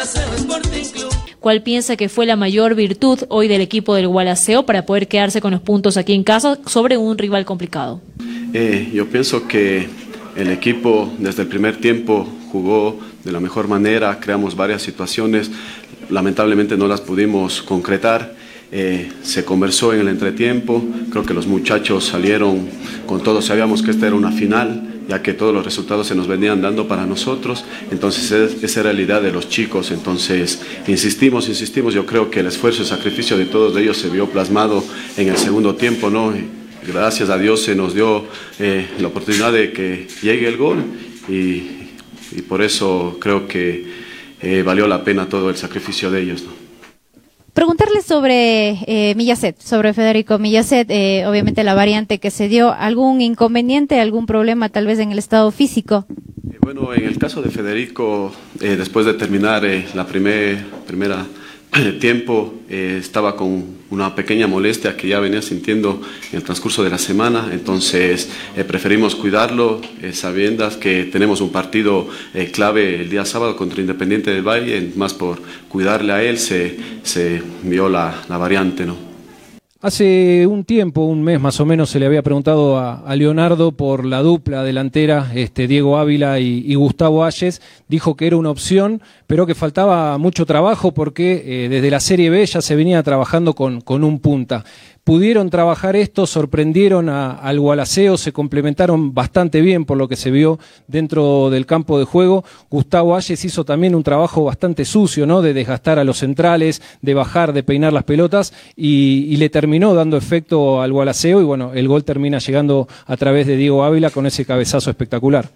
¿Cuál piensa que fue la mayor virtud hoy del equipo del Gualaceo para poder quedarse con los puntos aquí en casa sobre un rival complicado? Eh, yo pienso que el equipo desde el primer tiempo jugó de la mejor manera, creamos varias situaciones, lamentablemente no las pudimos concretar, eh, se conversó en el entretiempo, creo que los muchachos salieron con todo, sabíamos que esta era una final, ya que todos los resultados se nos venían dando para nosotros, entonces esa era la idea de los chicos, entonces insistimos, insistimos, yo creo que el esfuerzo y sacrificio de todos ellos se vio plasmado en el segundo tiempo, ¿no? Y gracias a Dios se nos dio eh, la oportunidad de que llegue el gol y, y por eso creo que eh, valió la pena todo el sacrificio de ellos, ¿no? Preguntarle sobre eh, Millacet, sobre Federico Millacet, eh, obviamente la variante que se dio, ¿algún inconveniente, algún problema tal vez en el estado físico? Eh, bueno, en el caso de Federico, eh, después de terminar eh, la primer, primera tiempo, eh, estaba con una pequeña molestia que ya venía sintiendo en el transcurso de la semana, entonces eh, preferimos cuidarlo, eh, sabiendas que tenemos un partido eh, clave el día sábado contra Independiente del Valle, más por cuidarle a él se, se vio la, la variante, ¿no? Hace un tiempo, un mes más o menos, se le había preguntado a, a Leonardo por la dupla delantera, este, Diego Ávila y, y Gustavo Ayes. Dijo que era una opción, pero que faltaba mucho trabajo porque eh, desde la Serie B ya se venía trabajando con, con un punta. pudieron trabajar esto, sorprendieron a, al Gualaceo, se complementaron bastante bien por lo que se vio dentro del campo de juego. Gustavo Hayes hizo también un trabajo bastante sucio, ¿no? De desgastar a los centrales, de bajar, de peinar las pelotas y, y le terminó dando efecto al Gualaceo y bueno, el gol termina llegando a través de Diego Ávila con ese cabezazo espectacular.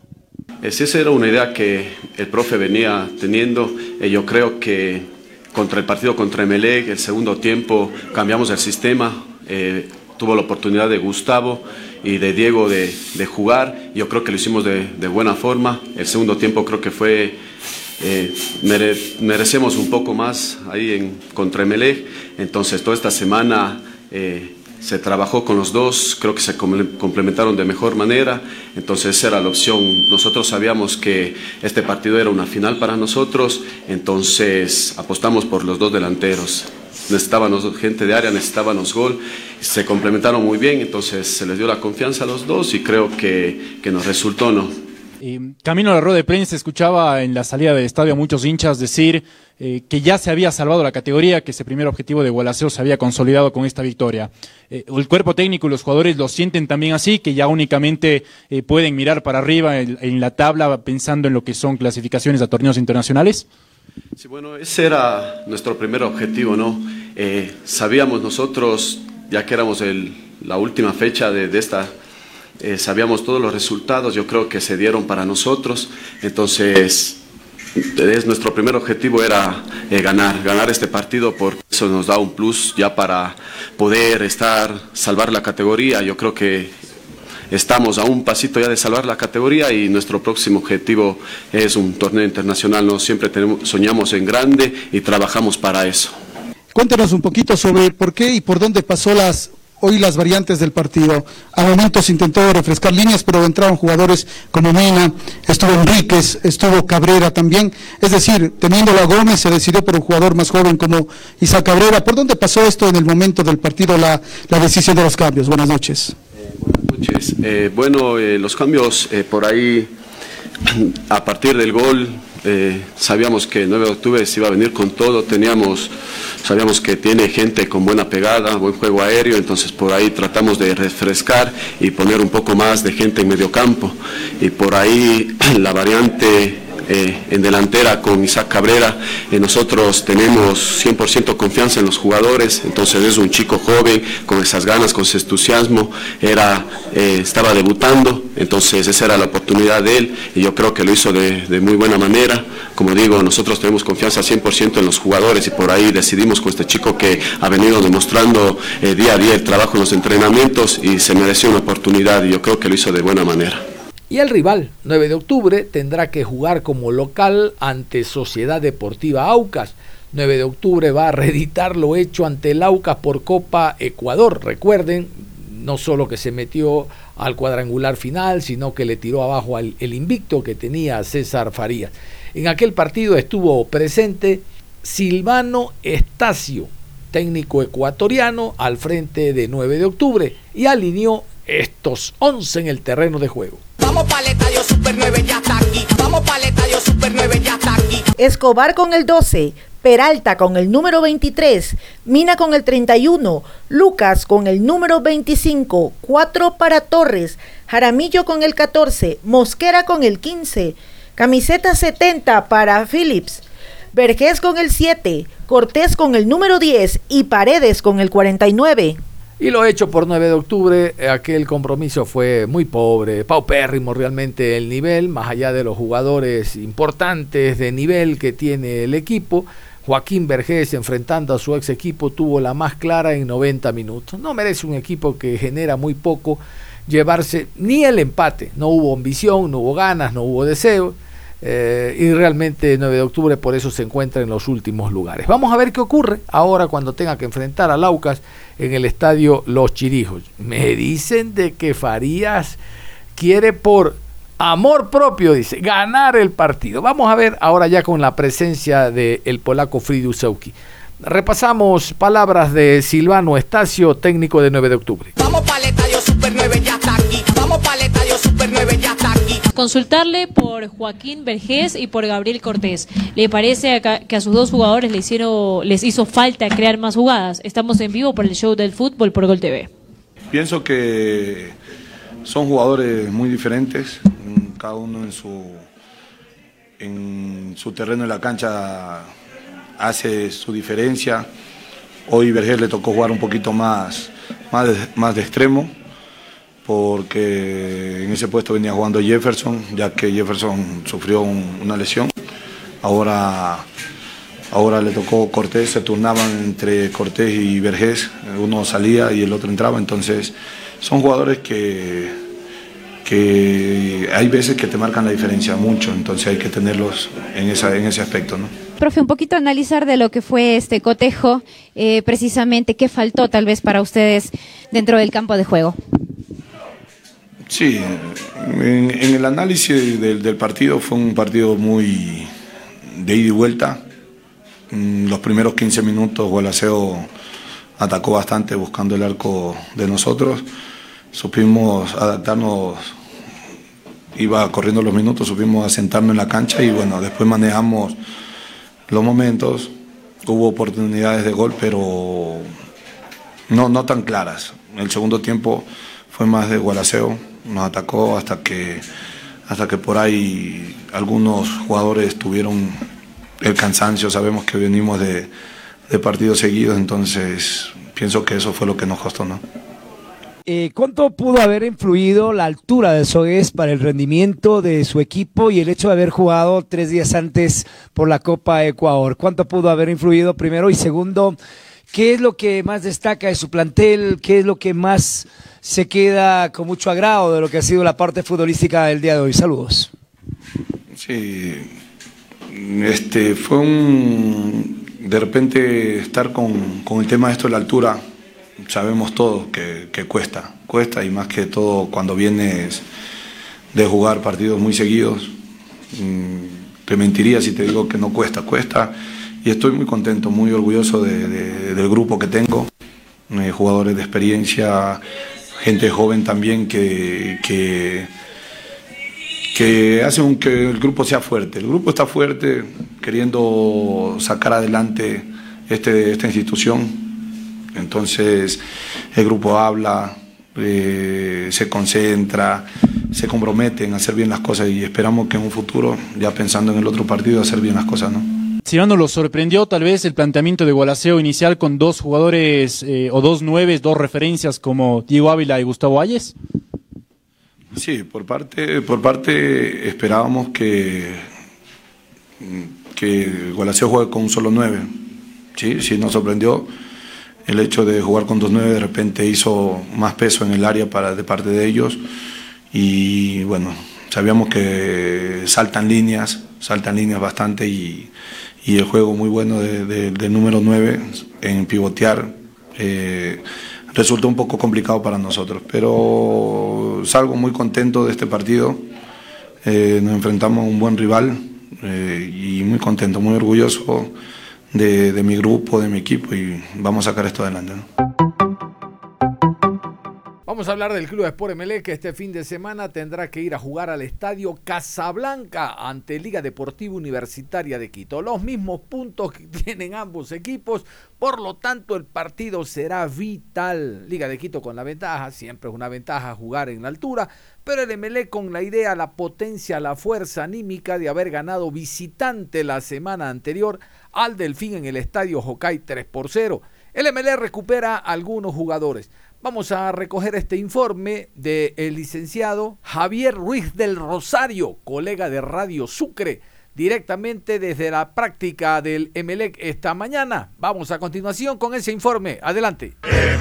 Esa era una idea que el profe venía teniendo. Eh, yo creo que contra el partido contra Emelec, el segundo tiempo cambiamos el sistema. Eh, tuvo la oportunidad de Gustavo y de Diego de, de jugar. Yo creo que lo hicimos de, de buena forma. El segundo tiempo creo que fue, eh, mere, merecemos un poco más ahí en, contra Emelec. Entonces toda esta semana eh, se trabajó con los dos, creo que se complementaron de mejor manera. Entonces esa era la opción. Nosotros sabíamos que este partido era una final para nosotros, entonces apostamos por los dos delanteros. Necesitábamos gente de área, necesitábamos gol, se complementaron muy bien, entonces se les dio la confianza a los dos y creo que, que nos resultó, ¿no? Eh, camino a la rueda de prensa escuchaba en la salida del estadio a muchos hinchas decir eh, que ya se había salvado la categoría, que ese primer objetivo de Gualaceo se había consolidado con esta victoria. Eh, el cuerpo técnico y los jugadores lo sienten también así, que ya únicamente eh, pueden mirar para arriba en, en la tabla pensando en lo que son clasificaciones a torneos internacionales. Sí, bueno, ese era nuestro primer objetivo, ¿no? Eh, sabíamos nosotros, ya que éramos el, la última fecha de, de esta, eh, sabíamos todos los resultados, yo creo que se dieron para nosotros, entonces es, nuestro primer objetivo era eh, ganar, ganar este partido, porque eso nos da un plus ya para poder estar, salvar la categoría. Yo creo que estamos a un pasito ya de salvar la categoría y nuestro próximo objetivo es un torneo internacional, ¿no? Siempre tenemos, soñamos en grande y trabajamos para eso. Cuéntenos un poquito sobre por qué y por dónde pasó las hoy las variantes del partido. A momentos intentó refrescar líneas, pero entraron jugadores como Mena, estuvo Enríquez, estuvo Cabrera también. Es decir, teniéndolo a Gómez, se decidió por un jugador más joven como Isaac Cabrera. ¿Por dónde pasó esto en el momento del partido, la, la decisión de los cambios? Buenas noches. Eh, buenas noches. Eh, bueno, eh, los cambios eh, por ahí, a partir del gol, Eh, sabíamos que el nueve de octubre se iba a venir con todo, teníamos, sabíamos que tiene gente con buena pegada, buen juego aéreo, entonces por ahí tratamos de refrescar y poner un poco más de gente en medio campo, y por ahí la variante eh, en delantera con Isaac Cabrera, eh, nosotros tenemos cien por ciento confianza en los jugadores, entonces es un chico joven, con esas ganas, con ese entusiasmo, era, eh, estaba debutando, entonces esa era la oportunidad de él, y yo creo que lo hizo de, de muy buena manera. Como digo, nosotros tenemos confianza cien por ciento en los jugadores, y por ahí decidimos con este chico que ha venido demostrando eh, día a día el trabajo en los entrenamientos, y se mereció una oportunidad, y yo creo que lo hizo de buena manera. Y el rival, nueve de octubre, tendrá que jugar como local ante Sociedad Deportiva Aucas. nueve de octubre va a reeditar lo hecho ante el Aucas por Copa Ecuador. Recuerden, no solo que se metió al cuadrangular final, sino que le tiró abajo al, el invicto que tenía César Farías. En aquel partido estuvo presente Silvano Estacio, técnico ecuatoriano, al frente de nueve de octubre, y alineó estos once en el terreno de juego. Vamos para el estadio Super nueve, ya está aquí. Vamos para el estadio Super nueve, ya está aquí. Escobar con el doce, Peralta con el número veintitrés, Mina con el treinta y uno, Lucas con el número veinticinco, cuatro para Torres, Jaramillo con el catorce, Mosquera con el quince, camiseta setenta para Phillips, Vergés con el siete, Cortés con el número diez y Paredes con el cuarenta y nueve. Y lo hecho por nueve de octubre, aquel compromiso fue muy pobre, paupérrimo realmente el nivel, más allá de los jugadores importantes de nivel que tiene el equipo. Joaquín Vergés, enfrentando a su ex equipo, tuvo la más clara en noventa minutos. No merece un equipo que genera muy poco llevarse ni el empate. No hubo ambición, no hubo ganas, no hubo deseo. Eh, y realmente nueve de octubre por eso se encuentra en los últimos lugares. Vamos a ver qué ocurre ahora cuando tenga que enfrentar al Aucas en el estadio Los Chirijos. Me dicen de que Farías quiere, por amor propio, dice, ganar el partido. Vamos a ver ahora ya con la presencia del polaco Fridu Seuki. Repasamos palabras de Silvano Estacio, técnico de nueve de octubre. Vamos para el estadio Super nueve, ya está aquí. Vamos para el estadio Super nueve, ya está aquí. Consultarle por Joaquín Vergés y por Gabriel Cortés. ¿Le parece que a sus dos jugadores le hicieron, les hizo falta crear más jugadas? Estamos en vivo por el show del fútbol por Gol T V. Pienso que son jugadores muy diferentes, cada uno en su, en su terreno en la cancha hace su diferencia. Hoy Vergés le tocó jugar un poquito más, más, de, más de extremo, porque en ese puesto venía jugando Jefferson, ya que Jefferson sufrió un, una lesión. Ahora, ahora le tocó Cortés, se turnaban entre Cortés y Vergés, uno salía y el otro entraba, entonces son jugadores que, que hay veces que te marcan la diferencia mucho, entonces hay que tenerlos en, esa, en ese aspecto, ¿no? Profe, un poquito analizar de lo que fue este cotejo, eh, precisamente, ¿qué faltó tal vez para ustedes dentro del campo de juego? Sí, en, en el análisis del, del partido fue un partido muy de ida y vuelta. En los primeros quince minutos Gualaceo atacó bastante buscando el arco de nosotros. Supimos adaptarnos, iba corriendo los minutos, supimos asentarnos en la cancha y bueno, después manejamos los momentos. Hubo oportunidades de gol, pero no, no tan claras. El segundo tiempo fue más de Gualaceo, nos atacó hasta que, hasta que por ahí algunos jugadores tuvieron el cansancio. Sabemos que venimos de, de partidos seguidos, entonces pienso que eso fue lo que nos costó, ¿no? Eh, ¿Cuánto pudo haber influido la altura del Sogués para el rendimiento de su equipo y el hecho de haber jugado tres días antes por la Copa Ecuador? ¿Cuánto pudo haber influido, primero? Y segundo, ¿qué es lo que más destaca de su plantel? ¿Qué es lo que más se queda con mucho agrado de lo que ha sido la parte futbolística del día de hoy? Saludos. Sí, este, fue un... de repente estar con, con el tema de esto de la altura. Sabemos todos que, que cuesta, cuesta y más que todo cuando vienes de jugar partidos muy seguidos. Te mentiría si te digo que no cuesta, cuesta y estoy muy contento, muy orgulloso de, de, del grupo que tengo, eh, jugadores de experiencia, gente joven también que, que, que hacen que el grupo sea fuerte. El grupo está fuerte, queriendo sacar adelante este, esta institución. Entonces el grupo habla, eh, se concentra, se compromete en hacer bien las cosas y esperamos que en un futuro, ya pensando en el otro partido, hacer bien las cosas, ¿no? Silvano, ¿lo sorprendió tal vez el planteamiento de Gualaceo inicial con dos jugadores eh, o dos nueves, dos referencias como Diego Ávila y Gustavo Ayes? Sí, por parte, por parte esperábamos que, que Gualaceo juegue con un solo nueve. Sí, sí nos sorprendió. El hecho de jugar con dos nueve de repente hizo más peso en el área para, de parte de ellos y bueno, sabíamos que saltan líneas, saltan líneas bastante y, y el juego muy bueno de, de, del número nueve en pivotear eh, resultó un poco complicado para nosotros, pero salgo muy contento de este partido, eh, nos enfrentamos a un buen rival eh, y muy contento, muy orgulloso De, de mi grupo, de mi equipo y vamos a sacar esto adelante, ¿no? Vamos a hablar del Club Sport Emelec, que este fin de semana tendrá que ir a jugar al Estadio Casablanca ante Liga Deportiva Universitaria de Quito. Los mismos puntos que tienen ambos equipos, por lo tanto el partido será vital. Liga de Quito con la ventaja, siempre es una ventaja jugar en la altura, pero el Emelec con la idea, la potencia, la fuerza anímica de haber ganado visitante la semana anterior al Delfín en el Estadio Jocay tres por cero. El Emelec recupera a algunos jugadores. Vamos a recoger este informe del licenciado Javier Ruiz del Rosario, colega de Radio Sucre, directamente desde la práctica del Emelec esta mañana. Vamos a continuación con ese informe. Adelante.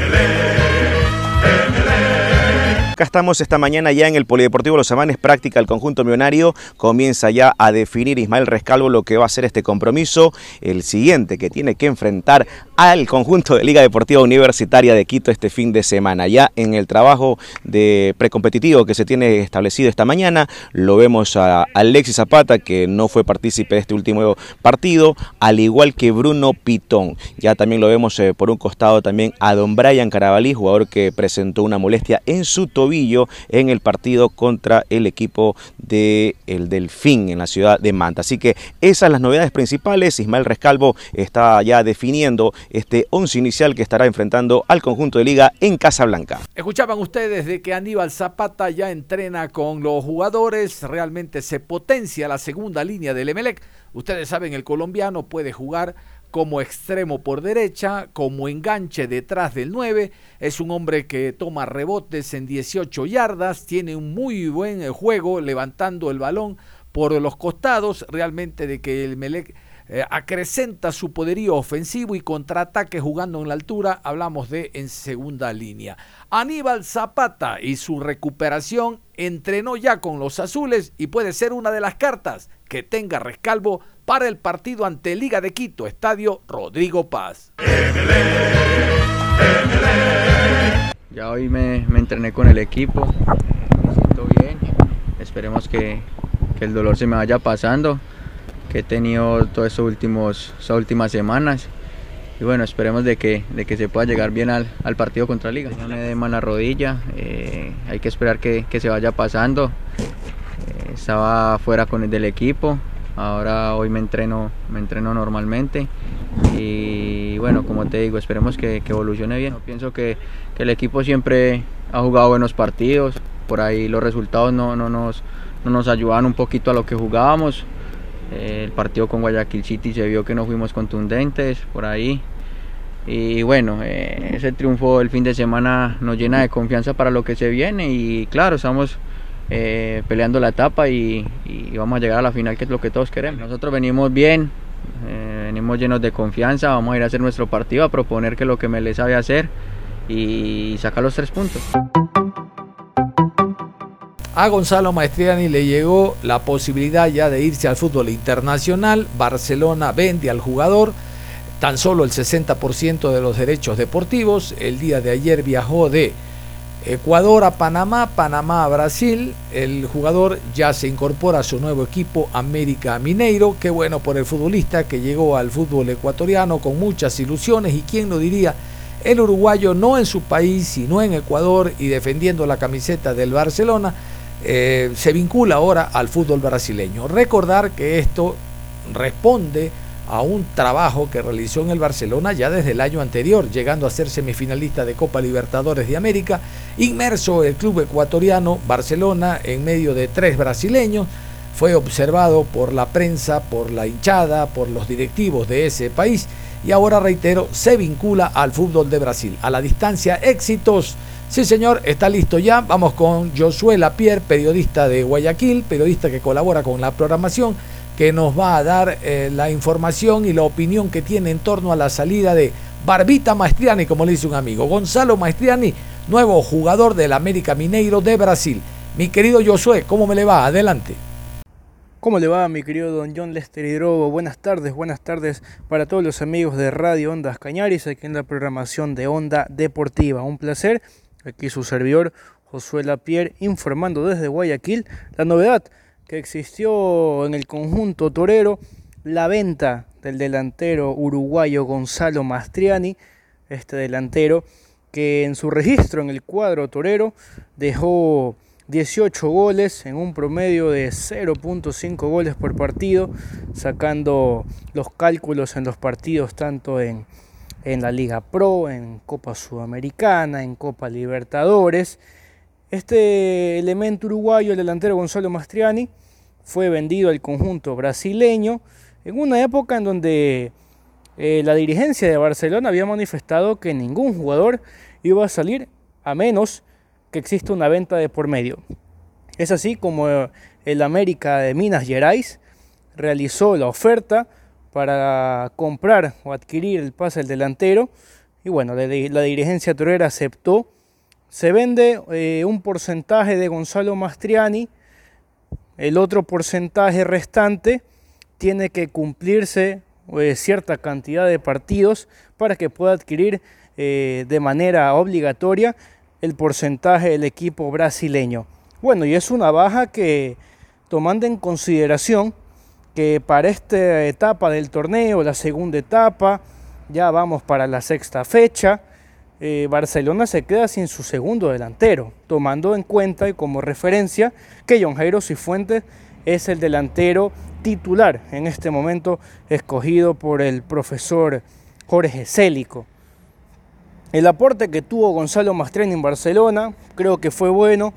Acá estamos esta mañana ya en el Polideportivo Los Amanes, práctica el conjunto millonario. Comienza ya a definir Ismael Rescalvo lo que va a ser este compromiso, el siguiente que tiene que enfrentar al conjunto de Liga Deportiva Universitaria de Quito este fin de semana. Ya en el trabajo de precompetitivo que se tiene establecido esta mañana, lo vemos a Alexis Zapata, que no fue partícipe de este último partido, al igual que Bruno Pitón. Ya también lo vemos eh, por un costado también a don Brian Carabalí, jugador que presentó una molestia en su tobillo en el partido contra el equipo de el Delfín en la ciudad de Manta. Así que esas son las novedades principales. Ismael Rescalvo está ya definiendo este once inicial que estará enfrentando al conjunto de Liga en Casablanca. Escuchaban ustedes de que Aníbal Zapata ya entrena con los jugadores, realmente se potencia la segunda línea del Emelec. Ustedes saben, el colombiano puede jugar como extremo por derecha, como enganche detrás del nueve, es un hombre que toma rebotes en dieciocho yardas, tiene un muy buen juego levantando el balón por los costados, realmente de que el Emelec eh, acrecenta su poderío ofensivo y contraataque jugando en la altura, hablamos de en segunda línea. Aníbal Zapata y su recuperación entrenó ya con los azules y puede ser una de las cartas que tenga Rescalvo para el partido ante Liga de Quito, Estadio Rodrigo Paz. Ya hoy me, me entrené con el equipo, me siento bien, esperemos que, que el dolor se me vaya pasando, que he tenido todas estas últimos, estas últimas semanas. Y bueno, esperemos de que, de que se pueda llegar bien al, al partido contra Liga. No me dé mala rodilla, eh, hay que esperar que, que se vaya pasando. Eh, estaba fuera con el del equipo, ahora hoy me entreno, me entreno normalmente. Y bueno, como te digo, esperemos que, que evolucione bien. Pienso que, que el equipo siempre ha jugado buenos partidos, por ahí los resultados no, no, nos, no nos ayudaban un poquito a lo que jugábamos. El partido con Guayaquil City se vio que no fuimos contundentes por ahí y bueno, eh, ese triunfo el fin de semana nos llena de confianza para lo que se viene y claro, estamos eh, peleando la etapa y, y vamos a llegar a la final, que es lo que todos queremos. Nosotros venimos bien, eh, venimos llenos de confianza, vamos a ir a hacer nuestro partido, a proponer que lo que me le sabe hacer y sacar los tres puntos. A Gonzalo Maestriani le llegó la posibilidad ya de irse al fútbol internacional. Barcelona vende al jugador tan solo el sesenta por ciento de los derechos deportivos. El día de ayer viajó de Ecuador a Panamá, Panamá a Brasil. El jugador ya se incorpora a su nuevo equipo América Mineiro. Qué bueno por el futbolista que llegó al fútbol ecuatoriano con muchas ilusiones, y quién lo diría, el uruguayo no en su país sino en Ecuador y defendiendo la camiseta del Barcelona. Eh, se vincula ahora al fútbol brasileño. Recordar que esto responde a un trabajo que realizó en el Barcelona ya desde el año anterior, llegando a ser semifinalista de Copa Libertadores de América, inmerso el club ecuatoriano Barcelona en medio de tres brasileños. Fue observado por la prensa, por la hinchada, por los directivos de ese país, y ahora, reitero, se vincula al fútbol de Brasil. A la distancia, éxitos. Sí, señor, está listo ya. Vamos con Josué Lapierre, periodista de Guayaquil, periodista que colabora con la programación, que nos va a dar eh, la información y la opinión que tiene en torno a la salida de Barbita Maestriani, como le dice un amigo. Gonzalo Maestriani, nuevo jugador del América Mineiro de Brasil. Mi querido Josué, ¿cómo me le va? Adelante. ¿Cómo le va, mi querido don John Lester Hidrobo? Buenas tardes, buenas tardes para todos los amigos de Radio Ondas Cañaris, aquí en la programación de Onda Deportiva. Un placer. Aquí su servidor Josué Lapierre informando desde Guayaquil la novedad que existió en el conjunto torero, la venta del delantero uruguayo Gonzalo Maestriani, este delantero que en su registro en el cuadro torero dejó dieciocho goles en un promedio de cero punto cinco goles por partido, sacando los cálculos en los partidos tanto en en la Liga Pro, en Copa Sudamericana, en Copa Libertadores. Este elemento uruguayo, el delantero Gonzalo Maestriani, fue vendido al conjunto brasileño en una época en donde eh, la dirigencia de Barcelona había manifestado que ningún jugador iba a salir a menos que exista una venta de por medio. Es así como el América de Minas Gerais realizó la oferta para comprar o adquirir el pase del delantero, y bueno, la, la dirigencia torera aceptó. Se vende eh, un porcentaje de Gonzalo Maestriani, el otro porcentaje restante tiene que cumplirse eh, cierta cantidad de partidos para que pueda adquirir eh, de manera obligatoria el porcentaje del equipo brasileño. Bueno, y es una baja que, tomando en consideración que para esta etapa del torneo, la segunda etapa, ya vamos para la sexta fecha, eh, Barcelona se queda sin su segundo delantero, tomando en cuenta y como referencia que John Jairo Cifuentes es el delantero titular en este momento escogido por el profesor Jorge Célico. El aporte que tuvo Gonzalo Mastriani en Barcelona creo que fue bueno,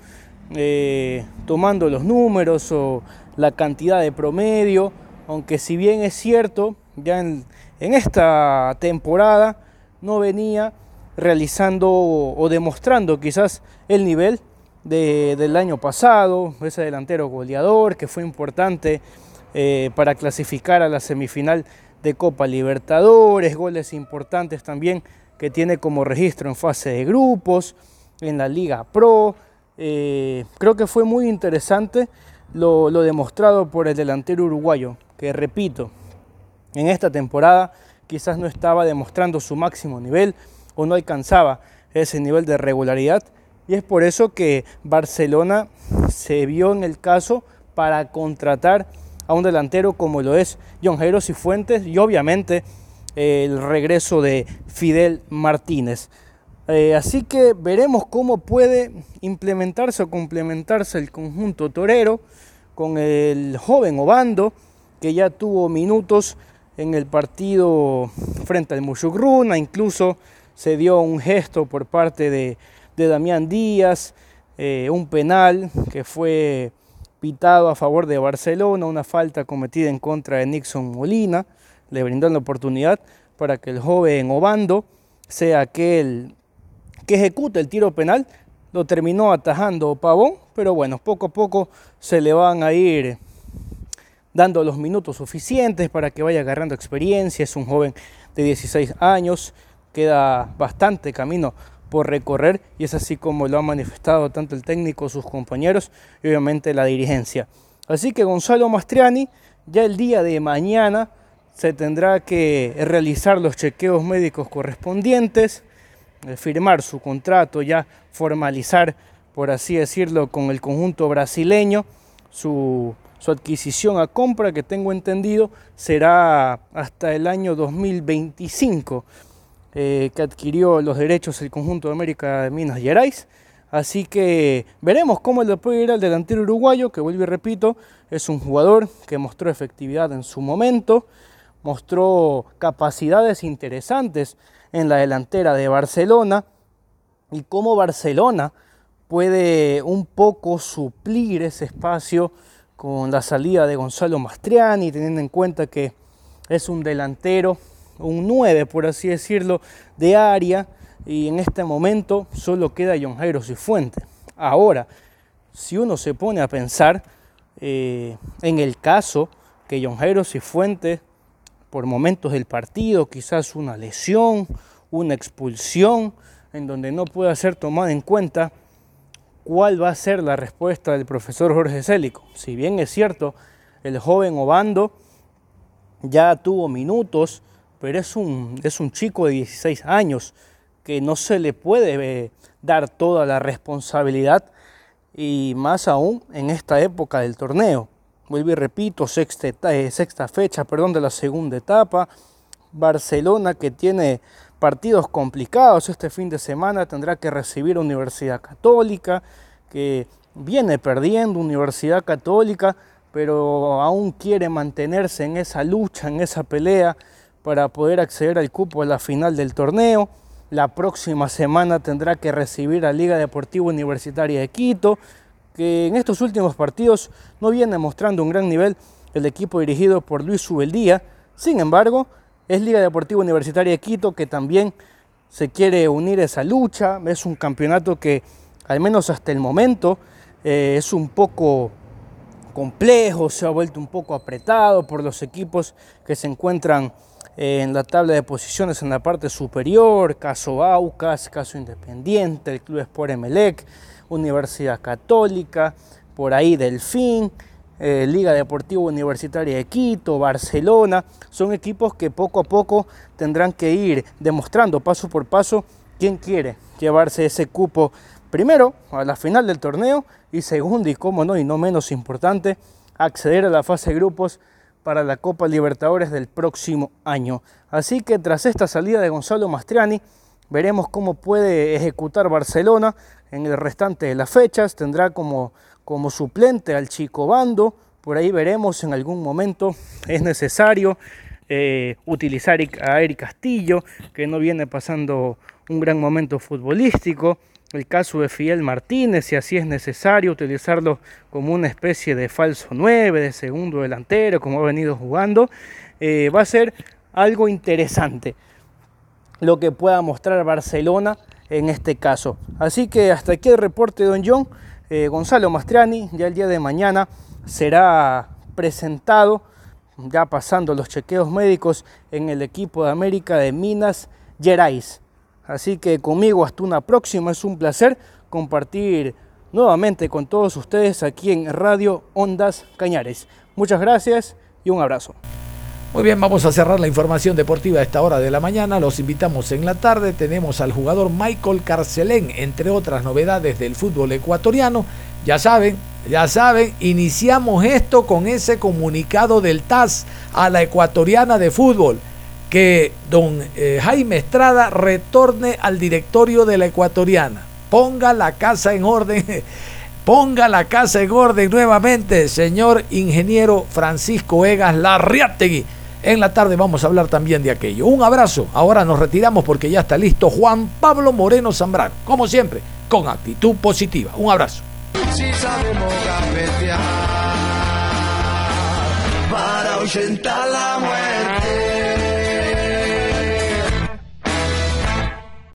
eh, tomando los números o la cantidad de promedio, aunque si bien es cierto, ya en, en esta temporada no venía realizando o demostrando quizás el nivel de, del año pasado, ese delantero goleador que fue importante eh, para clasificar a la semifinal de Copa Libertadores, goles importantes también que tiene como registro en fase de grupos, en la Liga Pro. Eh, creo que fue muy interesante lo, lo demostrado por el delantero uruguayo, que repito, en esta temporada quizás no estaba demostrando su máximo nivel o no alcanzaba ese nivel de regularidad, y es por eso que Barcelona se vio en el caso para contratar a un delantero como lo es John Jairo Cifuentes y obviamente eh, el regreso de Fidel Martínez. Eh, así que veremos cómo puede implementarse o complementarse el conjunto torero con el joven Obando, que ya tuvo minutos en el partido frente al Musugruna, incluso se dio un gesto por parte de, de Damián Díaz, eh, un penal que fue pitado a favor de Barcelona, una falta cometida en contra de Nixon Molina, le brindó la oportunidad para que el joven Obando sea aquel que ejecute el tiro penal. Lo terminó atajando Pavón, pero bueno, poco a poco se le van a ir dando los minutos suficientes para que vaya agarrando experiencia. Es un joven de dieciséis años, queda bastante camino por recorrer y es así como lo ha manifestado tanto el técnico, sus compañeros y obviamente la dirigencia. Así que Gonzalo Mastriani ya el día de mañana se tendrá que realizar los chequeos médicos correspondientes, firmar su contrato, ya formalizar, por así decirlo, con el conjunto brasileño, su, su adquisición a compra, que tengo entendido será hasta el año dos mil veinticinco, eh, que adquirió los derechos del conjunto de América de Minas Gerais. Así que veremos cómo le puede ir al delantero uruguayo, que vuelvo y repito, es un jugador que mostró efectividad en su momento, mostró capacidades interesantes en la delantera de Barcelona, y cómo Barcelona puede un poco suplir ese espacio con la salida de Gonzalo Mastriani, teniendo en cuenta que es un delantero, un nueve por así decirlo, de área, y en este momento solo queda John Jairo Cifuentes. Ahora, si uno se pone a pensar eh, en el caso que John Jairo Cifuentes, por momentos del partido, quizás una lesión, una expulsión, en donde no pueda ser tomada en cuenta, ¿cuál va a ser la respuesta del profesor Jorge Célico? Si bien es cierto, el joven Obando ya tuvo minutos, pero es un, es un chico de dieciséis años, que no se le puede eh, dar toda la responsabilidad, y más aún en esta época del torneo. Vuelvo y repito, sexta, eh, sexta fecha perdón, de la segunda etapa. Barcelona, que tiene partidos complicados este fin de semana, tendrá que recibir a Universidad Católica, que viene perdiendo Universidad Católica, pero aún quiere mantenerse en esa lucha, en esa pelea para poder acceder al cupo a la final del torneo. La próxima semana tendrá que recibir a Liga Deportiva Universitaria de Quito, que en estos últimos partidos no viene mostrando un gran nivel el equipo dirigido por Luis Ubeldía. Sin embargo, es Liga Deportiva Universitaria de Quito que también se quiere unir a esa lucha. Es un campeonato que, al menos hasta el momento, eh, es un poco complejo, se ha vuelto un poco apretado por los equipos que se encuentran eh, en la tabla de posiciones en la parte superior, caso Aucas, caso Independiente, el Club Sport Emelec, Universidad Católica, por ahí Delfín, eh, Liga Deportiva Universitaria de Quito, Barcelona, son equipos que poco a poco tendrán que ir demostrando paso por paso quién quiere llevarse ese cupo primero a la final del torneo y segundo, y cómo no, y no menos importante, acceder a la fase de grupos para la Copa Libertadores del próximo año. Así que tras esta salida de Gonzalo Mastriani, veremos cómo puede ejecutar Barcelona en el restante de las fechas. Tendrá como, como suplente al Chico Bando. Por ahí veremos en algún momento es necesario eh, utilizar a Eric Castillo, que no viene pasando un gran momento futbolístico. El caso de Fidel Martínez, si así es necesario, utilizarlo como una especie de falso nueve, de segundo delantero, como ha venido jugando. Eh, va a ser algo interesante lo que pueda mostrar Barcelona en este caso. Así que hasta aquí el reporte de Don John. Eh, Gonzalo Mastriani ya el día de mañana será presentado, ya pasando los chequeos médicos, en el equipo de América de Minas Gerais. Así que conmigo hasta una próxima. Es un placer compartir nuevamente con todos ustedes aquí en Radio Ondas Cañares. Muchas gracias y un abrazo. Muy bien, vamos a cerrar la información deportiva a esta hora de la mañana. Los invitamos en la tarde. Tenemos al jugador Michael Carcelén, entre otras novedades del fútbol ecuatoriano. Ya saben, ya saben, iniciamos esto con ese comunicado del T A S a la ecuatoriana de fútbol, que don eh, Jaime Estrada retorne al directorio de la ecuatoriana. Ponga la casa en orden. Ponga la casa en orden nuevamente, señor ingeniero Francisco Egas Larriategui. En la tarde vamos a hablar también de aquello. Un abrazo. Ahora nos retiramos porque ya está listo Juan Pablo Moreno Zambrano, como siempre, con actitud positiva. Un abrazo. Si sabemos gambetear para ahuyentar la muerte.